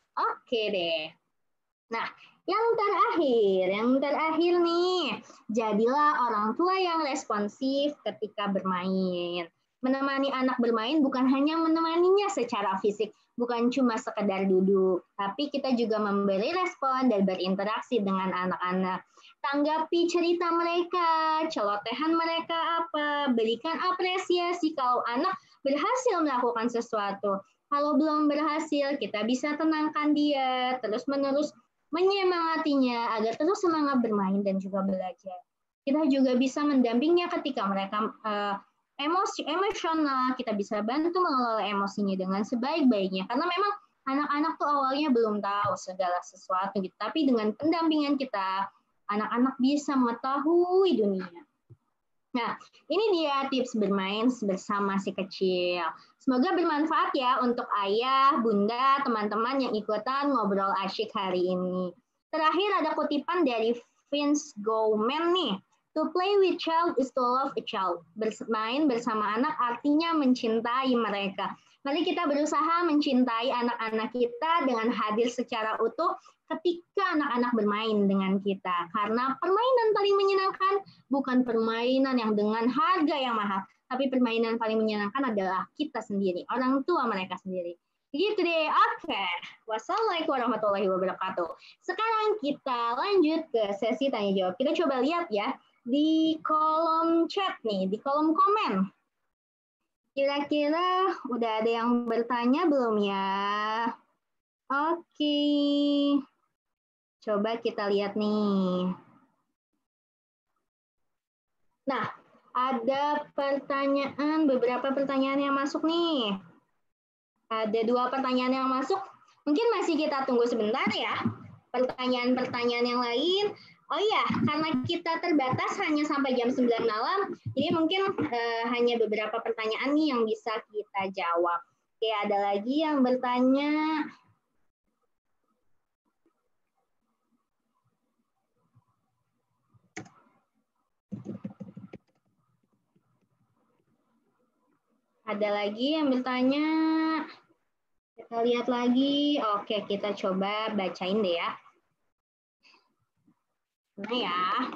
Oke deh. Nah, yang terakhir, yang terakhir nih, jadilah orang tua yang responsif ketika bermain. Menemani anak bermain bukan hanya menemaninya secara fisik, bukan cuma sekedar duduk, tapi kita juga memberi respon dan berinteraksi dengan anak-anak. Tanggapi cerita mereka, celotehan mereka apa, berikan apresiasi kalau anak berhasil melakukan sesuatu. Kalau belum berhasil, kita bisa tenangkan dia, terus-menerus menyemangatinya agar terus semangat bermain dan juga belajar. Kita juga bisa mendampingnya ketika mereka uh, emosi, emosional, kita bisa bantu mengelola emosinya dengan sebaik-baiknya. Karena memang anak-anak tuh awalnya belum tahu segala sesuatu, gitu. Tapi dengan pendampingan kita, anak-anak bisa mengetahui dunia. Nah, ini dia tips bermain bersama si kecil. Semoga bermanfaat ya untuk ayah, bunda, teman-teman yang ikutan ngobrol asyik hari ini. Terakhir ada kutipan dari Vince Gilligan nih. To play with child is to love a child. Bermain bersama anak artinya mencintai mereka. Mari kita berusaha mencintai anak-anak kita dengan hadir secara utuh ketika anak-anak bermain dengan kita. Karena permainan paling menyenangkan bukan permainan yang dengan harga yang mahal, tapi permainan paling menyenangkan adalah kita sendiri, orang tua mereka sendiri. Gitu deh, oke. Wassalamualaikum warahmatullahi wabarakatuh. Sekarang kita lanjut ke sesi tanya jawab. Kita coba lihat ya di kolom chat nih, di kolom komen. Kira-kira udah ada yang bertanya belum ya? Oke. Coba kita lihat nih. Nah, ada pertanyaan, beberapa pertanyaan yang masuk nih. Ada dua pertanyaan yang masuk. Mungkin masih kita tunggu sebentar ya. Pertanyaan-pertanyaan yang lain. Oh iya, karena kita terbatas hanya sampai jam sembilan malam, jadi mungkin eh, hanya beberapa pertanyaan nih yang bisa kita jawab. Oke, ada lagi yang bertanya. Ada lagi yang bertanya. Kita lihat lagi. Oke, kita coba bacain deh ya. Nah ya.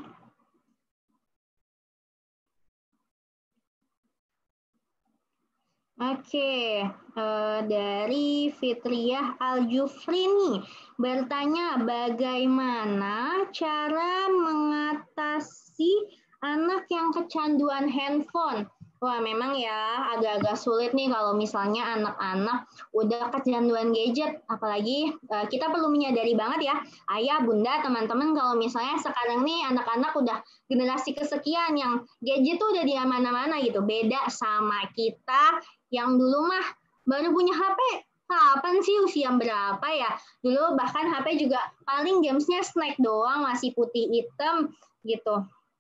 Oke, uh, dari Fitriah Al-Jufri nih bertanya bagaimana cara mengatasi anak yang kecanduan handphone. Wah, memang ya agak-agak sulit nih kalau misalnya anak-anak udah kecanduan gadget. Apalagi uh, kita perlu menyadari banget ya, ayah, bunda, teman-teman kalau misalnya sekarang nih anak-anak udah generasi kesekian yang gadget tuh udah di mana-mana gitu. Beda sama kita yang dulu mah baru punya H P. Kapan sih usia berapa ya? Dulu bahkan H P juga paling gamesnya snack doang, masih putih hitam gitu.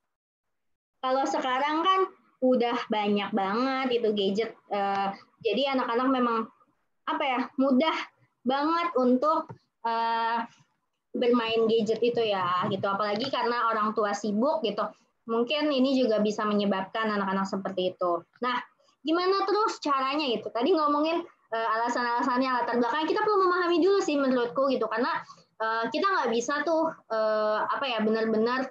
Kalau sekarang kan udah banyak banget itu gadget. Uh, jadi anak-anak memang apa ya mudah banget untuk uh, bermain gadget itu ya gitu. Apalagi karena orang tua sibuk gitu. Mungkin ini juga bisa menyebabkan anak-anak seperti itu. Nah, gimana terus caranya itu? Tadi ngomongin uh, alasan-alasannya latar belakang. Kita perlu memahami dulu sih menurutku gitu. Karena uh, kita nggak bisa tuh uh, apa ya benar-benar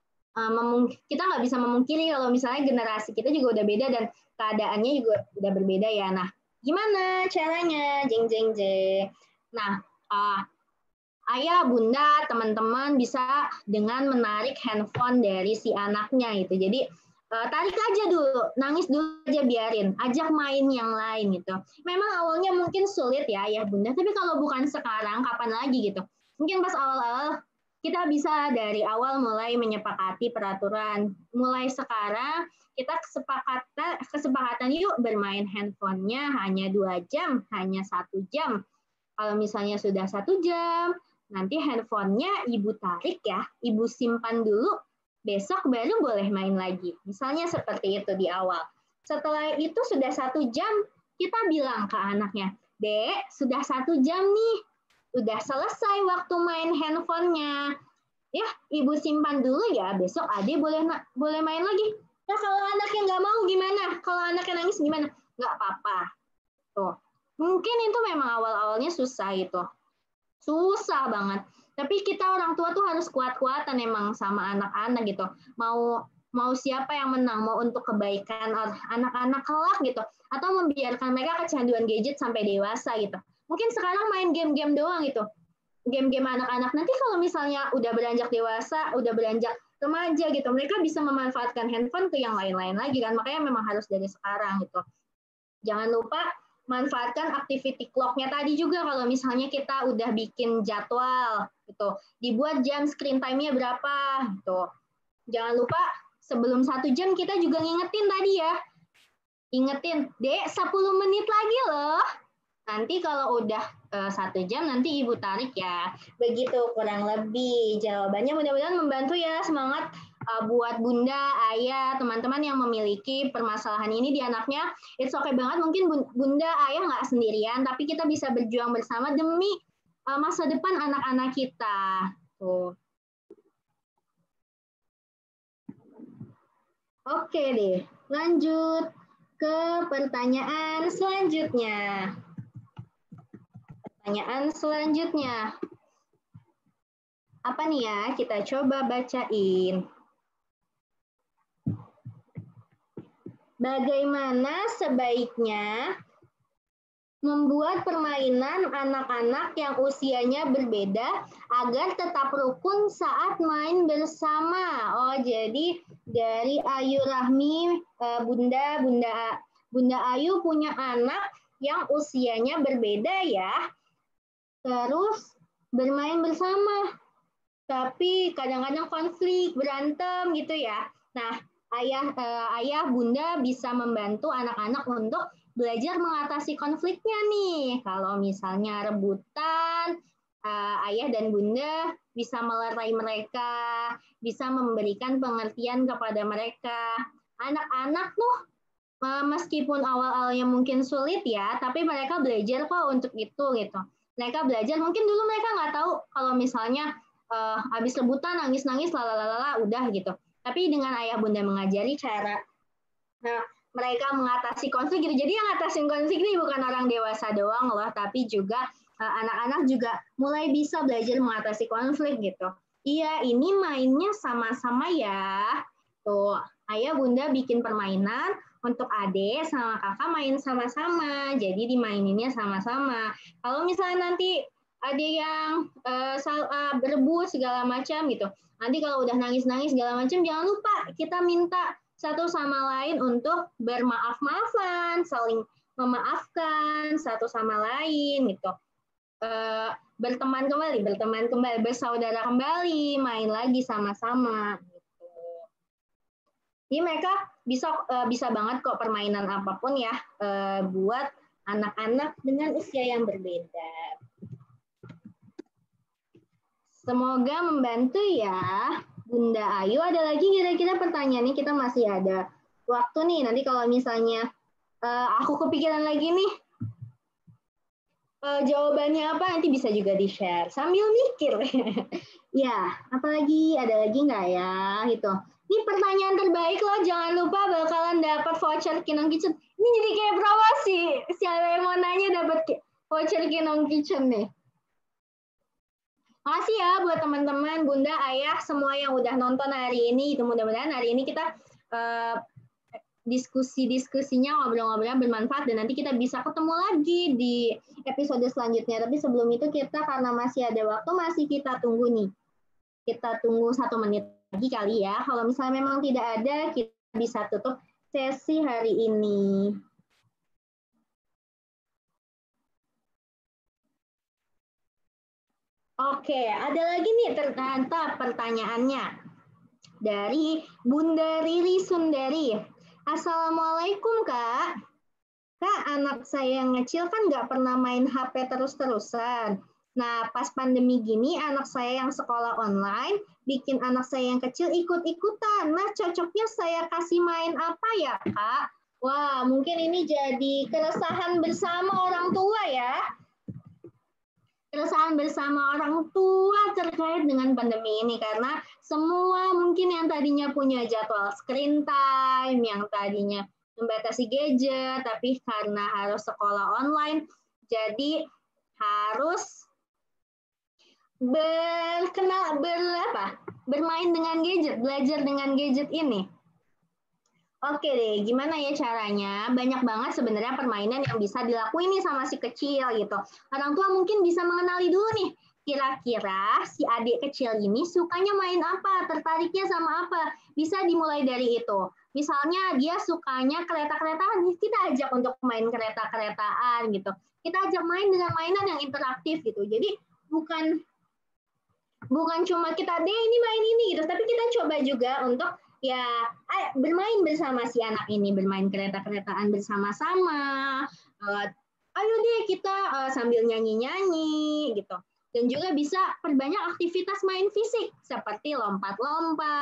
kita nggak bisa memungkiri kalau misalnya generasi kita juga udah beda dan keadaannya juga udah berbeda ya. Nah, gimana caranya? Jeng jeng jeng. Nah, uh, ayah, bunda, teman-teman bisa dengan menarik handphone dari si anaknya gitu. Jadi uh, tarik aja dulu, nangis dulu aja biarin, ajak main yang lain gitu. Memang awalnya mungkin sulit ya ayah, bunda, tapi kalau bukan sekarang, kapan lagi gitu? Mungkin pas awal-awal kita bisa dari awal mulai menyepakati peraturan. Mulai sekarang kita kesepakatan, kesepakatan yuk bermain handphonenya hanya dua jam, hanya satu jam. Kalau misalnya sudah satu jam, nanti handphonenya ibu tarik ya, ibu simpan dulu, besok baru boleh main lagi. Misalnya seperti itu di awal. Setelah itu sudah satu jam, kita bilang ke anaknya, Dek, sudah satu jam nih, udah selesai waktu main handphonenya. Ya, ibu simpan dulu ya, besok adik boleh boleh main lagi. Nah, kalau anaknya nggak mau gimana? Kalau anaknya nangis gimana? Nggak apa-apa. Tuh, mungkin itu memang awal-awalnya susah itu. Susah banget. Tapi kita orang tua tuh harus kuat-kuatan emang sama anak-anak gitu. Mau mau siapa yang menang? Mau untuk kebaikan anak-anak kelak gitu. Atau membiarkan mereka kecanduan gadget sampai dewasa gitu. Mungkin sekarang main game-game doang gitu. Game-game anak-anak. Nanti kalau misalnya udah beranjak dewasa, udah beranjak remaja gitu, mereka bisa memanfaatkan handphone ke yang lain-lain lagi kan. Makanya memang harus dari sekarang gitu. Jangan lupa manfaatkan activity clock-nya tadi juga kalau misalnya kita udah bikin jadwal gitu. Dibuat jam screen time-nya berapa gitu. Jangan lupa sebelum satu jam kita juga ngingetin tadi ya. Ingetin, Dek, sepuluh menit lagi loh. Nanti kalau udah uh, satu jam nanti ibu tarik ya. Begitu kurang lebih jawabannya, mudah-mudahan membantu ya. Semangat uh, buat bunda, ayah, teman-teman yang memiliki permasalahan ini di anaknya, it's okay banget. Mungkin bunda, ayah nggak sendirian, tapi kita bisa berjuang bersama demi uh, masa depan anak-anak kita. Tuh. Oke deh, lanjut ke pertanyaan selanjutnya. Pertanyaan selanjutnya. Apa nih ya? Kita coba bacain. Bagaimana sebaiknya membuat permainan anak-anak yang usianya berbeda agar tetap rukun saat main bersama? Oh, jadi dari Ayu Rahmi, Bunda, Bunda, Bunda Ayu punya anak yang usianya berbeda ya. Terus bermain bersama. Tapi kadang-kadang konflik, berantem gitu ya. Nah, ayah eh, ayah bunda bisa membantu anak-anak untuk belajar mengatasi konfliknya nih. Kalau misalnya rebutan, eh, ayah dan bunda bisa melerai mereka, bisa memberikan pengertian kepada mereka. Anak-anak tuh eh, meskipun awal-awalnya mungkin sulit ya, tapi mereka belajar kok untuk itu gitu. Mereka belajar, mungkin dulu mereka nggak tahu kalau misalnya uh, habis rebutan nangis-nangis lalalala udah gitu. Tapi dengan ayah bunda mengajari cara nah, mereka mengatasi konflik gitu. Jadi yang ngatasin konflik ini bukan orang dewasa doang loh, tapi juga anak-anak uh, juga mulai bisa belajar mengatasi konflik gitu. Iya, ini mainnya sama-sama ya. Tuh, ayah bunda bikin permainan untuk adik sama kakak main sama-sama. Jadi dimaininnya sama-sama. Kalau misalnya nanti ada yang uh, uh, berebut segala macam gitu. Nanti kalau udah nangis-nangis segala macam, jangan lupa kita minta satu sama lain untuk bermaaf-maafan, saling memaafkan satu sama lain gitu. Uh, berteman kembali, berteman kembali, bersaudara kembali, main lagi sama-sama. Gitu. Jadi mereka bisa uh, bisa banget kok permainan apapun ya uh, buat anak-anak dengan usia yang berbeda. Semoga membantu ya, Bunda Ayu. Ada lagi kira-kira pertanyaan nih, kita masih ada waktu nih. Nanti kalau misalnya uh, aku kepikiran lagi nih, uh, jawabannya apa, nanti bisa juga di-share. Sambil mikir. Ya, apalagi, ada lagi nggak ya? Gitu. Ini pertanyaan terbaik loh, jangan lupa bakalan dapat voucher Kinong Kitchen. Ini jadi kayak promosi. Siapa yang mau nanya dapat voucher Kinong Kitchen nih. Makasih ya buat teman-teman, bunda, ayah, semua yang udah nonton hari ini. Itu mudah-mudahan hari ini kita uh, diskusi-diskusinya, ngobrol-ngobrolnya bermanfaat, dan nanti kita bisa ketemu lagi di episode selanjutnya. Tapi sebelum itu kita, karena masih ada waktu, masih kita tunggu nih. Kita tunggu satu menit lagi kali ya. Kalau misalnya memang tidak ada, kita bisa tutup sesi hari ini. Oke, ada lagi nih ternyata pertanyaannya dari Bunda Riri Sundari. Assalamualaikum Kak. Kak, anak saya yang kecil kan nggak pernah main H P terus-terusan. Nah, pas pandemi gini anak saya yang sekolah online bikin anak saya yang kecil ikut-ikutan. Nah, cocoknya saya kasih main apa ya Kak? Wah, mungkin ini jadi keresahan bersama orang tua ya. Keresahan bersama orang tua terkait dengan pandemi ini, karena semua mungkin yang tadinya punya jadwal screen time, yang tadinya membatasi gadget, tapi karena harus sekolah online, jadi harus berkenal ber apa? bermain dengan gadget, belajar dengan gadget ini. Oke deh, gimana ya caranya? Banyak banget sebenarnya permainan yang bisa dilakuin nih sama si kecil gitu. Orang tua mungkin bisa mengenali dulu nih, kira-kira si adik kecil ini sukanya main apa, tertariknya sama apa. Bisa dimulai dari itu. Misalnya dia sukanya kereta-keretaan, kita ajak untuk main kereta-keretaan gitu. Kita ajak main dengan mainan yang interaktif gitu. Jadi bukan bukan cuma kita deh ini main ini gitu, tapi kita coba juga untuk ya, bermain bersama si anak ini, bermain kereta-keretaan bersama-sama. Uh, ayo deh kita uh, sambil nyanyi-nyanyi gitu. Dan juga bisa perbanyak aktivitas main fisik seperti lompat-lompat,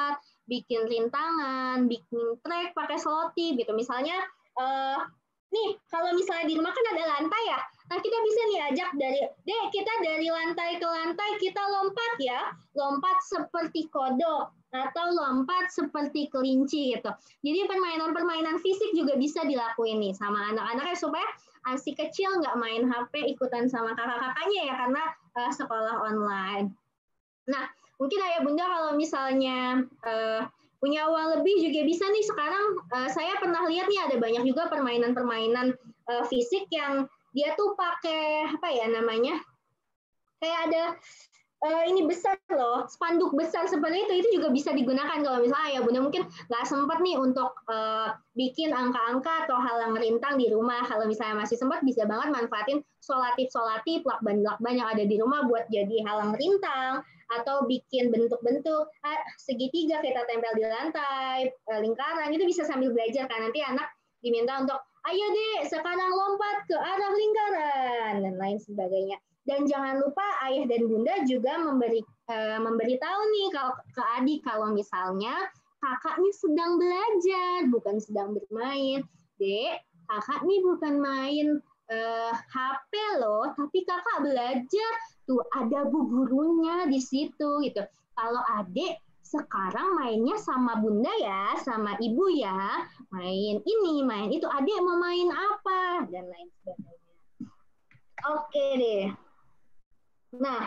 bikin rintangan, bikin trek pakai selotip gitu. Misalnya, uh, nih kalau misalnya di rumah kan ada lantai ya, nah kita bisa nih ajak dari, dek kita dari lantai ke lantai kita lompat ya, lompat seperti kodok atau lompat seperti kelinci gitu. Jadi permainan-permainan fisik juga bisa dilakuin nih sama anak-anaknya supaya si kecil nggak main H P ikutan sama kakak-kakaknya ya karena uh, sekolah online. Nah, mungkin ayah bunda kalau misalnya uh, punya uang lebih juga bisa nih sekarang uh, saya pernah lihat nih ada banyak juga permainan-permainan uh, fisik yang dia tuh pakai apa ya namanya kayak ada uh, ini besar loh spanduk besar seperti itu itu juga bisa digunakan kalau misalnya ayah bunda mungkin nggak sempat nih untuk uh, bikin angka-angka atau hal yang merintang di rumah. Kalau misalnya masih sempat bisa banget manfaatin solatif-solatif lakban-lakban yang ada di rumah buat jadi halang rintang atau bikin bentuk-bentuk segitiga kita tempel di lantai, lingkaran, itu bisa sambil belajar kan nanti anak diminta untuk ayo deh sekarang lompat ke arah lingkaran dan lain sebagainya. Dan jangan lupa ayah dan bunda juga memberi uh, memberitahu nih kalau ke adik kalau misalnya kakaknya sedang belajar bukan sedang bermain. Dek, kakak nih bukan main uh, H P loh, tapi kakak belajar. Tuh ada bu gurunya di situ gitu. Kalau adik sekarang mainnya sama bunda ya, sama ibu ya, main ini, main itu. Adik mau main apa dan lain sebagainya. Oke deh. Nah,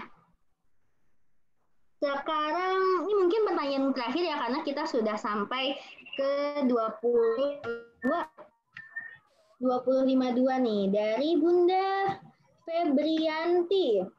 sekarang ini mungkin pertanyaan terakhir ya karena kita sudah sampai ke dua puluh dua dua puluh lima dua nih dari Bunda Febrianti.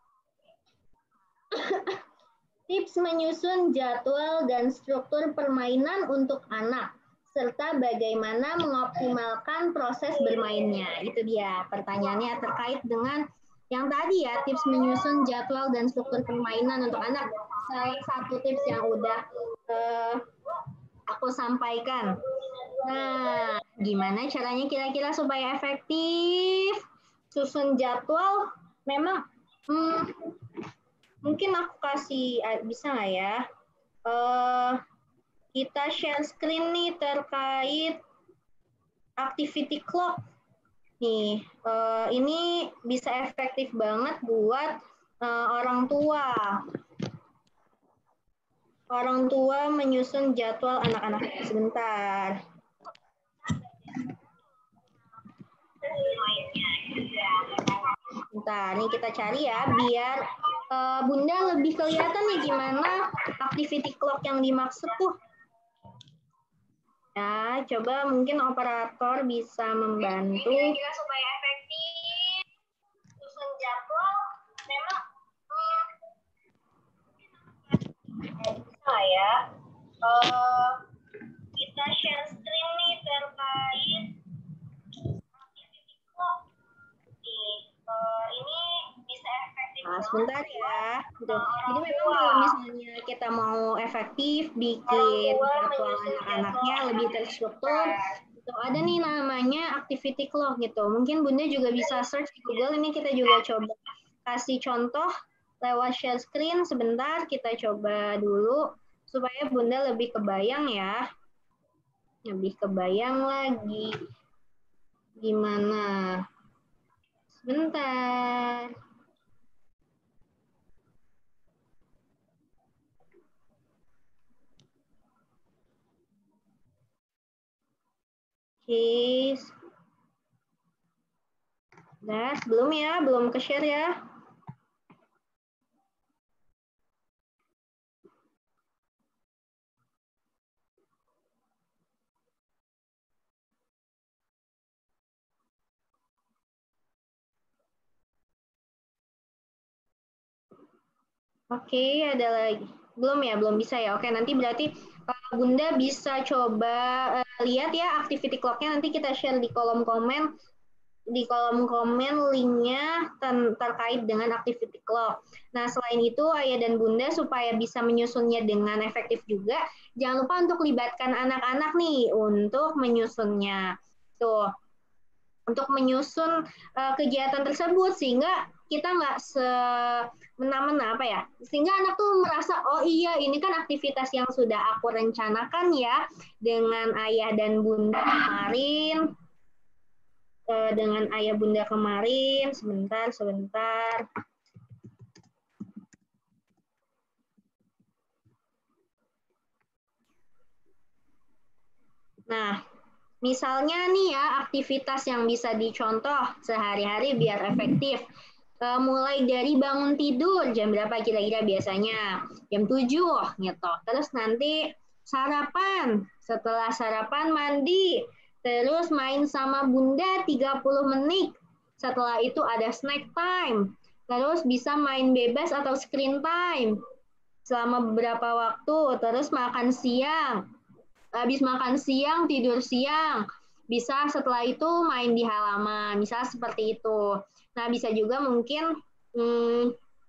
Tips menyusun jadwal dan struktur permainan untuk anak, serta bagaimana mengoptimalkan proses bermainnya. Itu dia pertanyaannya terkait dengan yang tadi ya, tips menyusun jadwal dan struktur permainan untuk anak. Salah satu tips yang udah uh, aku sampaikan. Nah, gimana caranya kira-kira supaya efektif? Susun jadwal, memang hmm, mungkin aku kasih bisa nggak ya? Uh, kita share screen nih terkait activity clock. Nih, uh, ini bisa efektif banget buat uh, orang tua. Orang tua menyusun jadwal anak-anak. Sebentar. Bentar, nih kita cari ya, biar uh, Bunda lebih kelihatan nih gimana activity clock yang dimaksud tuh. Ya, coba mungkin operator bisa membantu. Kira-kira supaya efektif, susun jadwal, memang hmm, bisa ya. Uh, kita share screen nih terkait activity clock. Nih, uh, ini bisa efektif. Nah, sebentar ya. Gitu. Jadi memang kalau misalnya kita mau efektif bikin jadwal anak-anaknya lebih terstruktur, itu ada nih namanya activity clock gitu. Mungkin Bunda juga bisa search di Google. Ini kita juga coba kasih contoh lewat share screen. Sebentar kita coba dulu supaya Bunda lebih kebayang ya. Lebih kebayang lagi gimana. Sebentar. Oke. Nah, belum ya, belum ke share ya. Oke, ada lagi. Belum ya, belum bisa ya. Oke, nanti berarti uh, Bunda bisa coba uh, lihat ya activity clock-nya. Nanti kita share di kolom komen. Di kolom komen linknya terkait dengan activity clock. Nah, selain itu, Ayah dan Bunda supaya bisa menyusunnya dengan efektif juga, jangan lupa untuk libatkan anak-anak nih untuk menyusunnya. Tuh, untuk menyusun uh, kegiatan tersebut, sehingga kita nggak semena-mena apa ya, sehingga anak tuh merasa oh iya ini kan aktivitas yang sudah aku rencanakan ya dengan ayah dan bunda kemarin, eh, dengan ayah bunda kemarin. Sebentar, sebentar. Nah, misalnya nih ya, aktivitas yang bisa dicontoh sehari-hari biar efektif. Uh, mulai dari bangun tidur, jam berapa kira-kira biasanya? Jam tujuh gitu. Terus nanti sarapan, setelah sarapan mandi, terus main sama bunda tiga puluh menit. Setelah itu ada snack time. Terus bisa main bebas atau screen time selama beberapa waktu. Terus makan siang. Habis makan siang, tidur siang. Bisa setelah itu main di halaman, misal seperti itu. Nah, bisa juga mungkin hmm,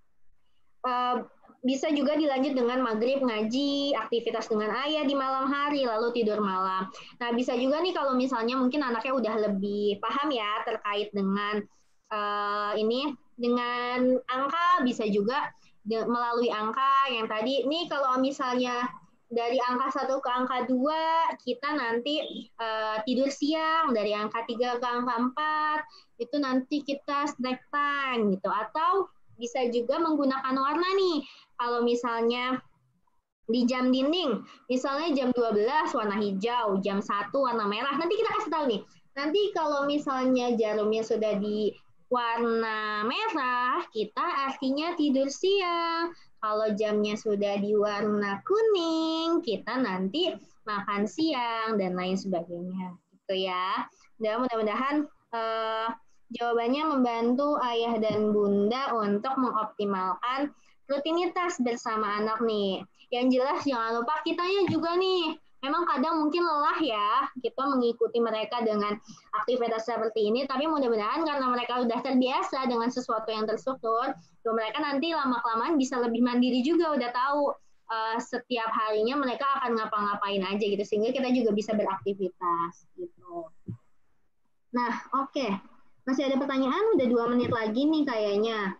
uh, bisa juga dilanjut dengan maghrib ngaji, aktivitas dengan ayah di malam hari, lalu tidur malam. Nah, bisa juga nih kalau misalnya mungkin anaknya udah lebih paham ya terkait dengan uh, ini, dengan angka, bisa juga melalui angka yang tadi. Nih kalau misalnya dari angka satu ke angka dua, kita nanti uh, tidur siang. Dari angka tiga ke angka empat, itu nanti kita snack time gitu. Atau bisa juga menggunakan warna nih. Kalau misalnya di jam dinding, misalnya jam dua belas warna hijau, jam satu warna merah. Nanti kita kasih tahu nih. Nanti kalau misalnya jarumnya sudah di warna merah, kita artinya tidur siang. Kalau jamnya sudah di warna kuning, kita nanti makan siang dan lain sebagainya, gitu ya. Dan mudah-mudahan eh, jawabannya membantu ayah dan bunda untuk mengoptimalkan rutinitas bersama anak nih. Yang jelas jangan lupa kitanya juga nih. Memang kadang mungkin lelah ya kita mengikuti mereka dengan aktivitas seperti ini, tapi mudah-mudahan karena mereka sudah terbiasa dengan sesuatu yang terstruktur, so mereka nanti lama-kelamaan bisa lebih mandiri juga, udah tahu uh, setiap harinya mereka akan ngapa-ngapain aja gitu, sehingga kita juga bisa beraktivitas gitu. Nah, oke. Okay. Masih ada pertanyaan? Udah dua menit lagi nih kayaknya.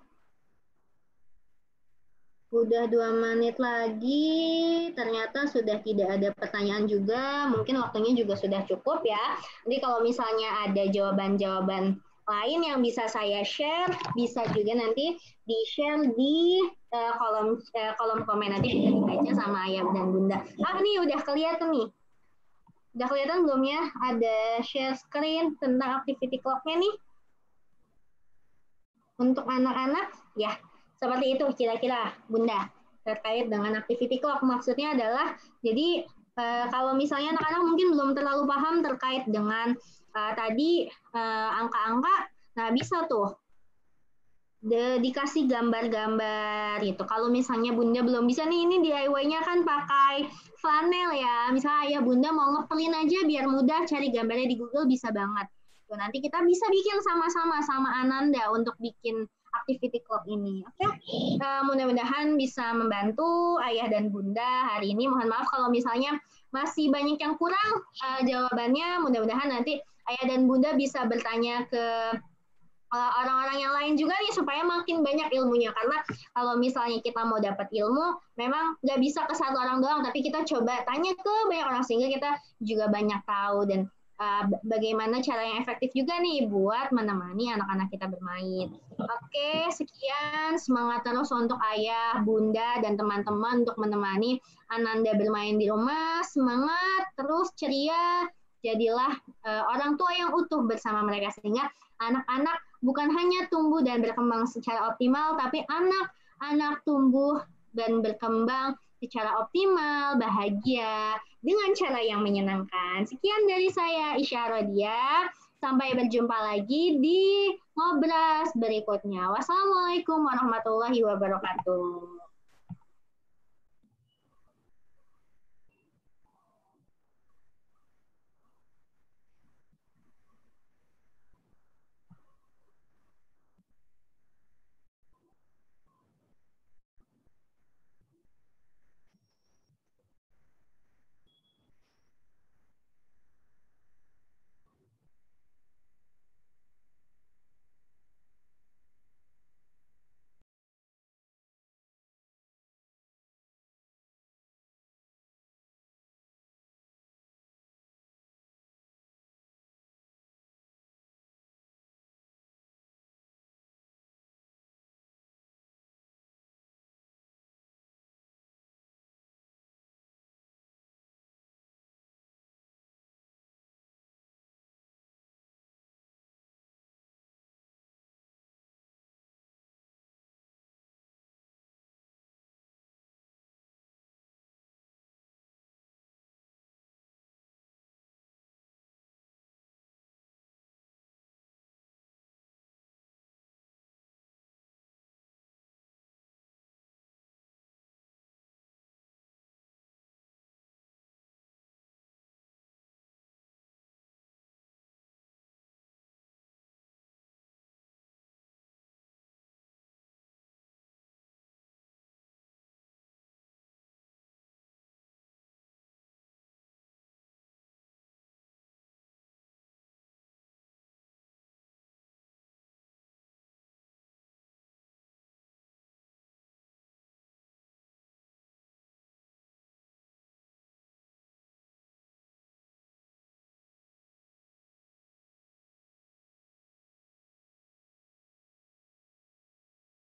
Udah dua menit lagi, ternyata sudah tidak ada pertanyaan juga. Mungkin waktunya juga sudah cukup ya. Jadi kalau misalnya ada jawaban-jawaban lain yang bisa saya share, bisa juga nanti di-share di uh, kolom uh, kolom komen, nanti bisa dibaca sama ayah dan bunda. Ah, nih udah kelihatan nih. Udah kelihatan belum ya? Ada share screen tentang activity clock-nya nih. Untuk anak-anak, ya. Seperti itu kira-kira Bunda terkait dengan activity clock. Maksudnya adalah jadi uh, kalau misalnya anak-anak mungkin belum terlalu paham terkait dengan uh, tadi uh, angka-angka, nah bisa tuh de, dikasih gambar-gambar gitu. Kalau misalnya Bunda belum bisa nih, ini D I Y-nya kan pakai flanel ya. Misalnya ayah Bunda mau ngeprint aja biar mudah cari gambarnya di Google, bisa banget. Tuh, nanti kita bisa bikin sama-sama sama Ananda untuk bikin activity clock ini. Oke, okay? uh, mudah-mudahan bisa membantu ayah dan bunda hari ini. Mohon maaf kalau misalnya masih banyak yang kurang uh, jawabannya. Mudah-mudahan nanti ayah dan bunda bisa bertanya ke orang-orang uh, yang lain juga nih supaya makin banyak ilmunya. Karena kalau misalnya kita mau dapat ilmu, memang nggak bisa ke satu orang doang, tapi kita coba tanya ke banyak orang sehingga kita juga banyak tahu dan Uh, bagaimana cara yang efektif juga nih buat menemani anak-anak kita bermain. Oke, sekian. Semangat terus untuk ayah, bunda, dan teman-teman untuk menemani Ananda bermain di rumah. Semangat, terus ceria. Jadilah uh, orang tua yang utuh bersama mereka sehingga anak-anak bukan hanya tumbuh dan berkembang secara optimal, tapi anak-anak tumbuh dan berkembang secara optimal, bahagia, dengan cara yang menyenangkan. Sekian dari saya, Isya Rodia. Sampai berjumpa lagi di Ngobras berikutnya. Wassalamualaikum warahmatullahi wabarakatuh.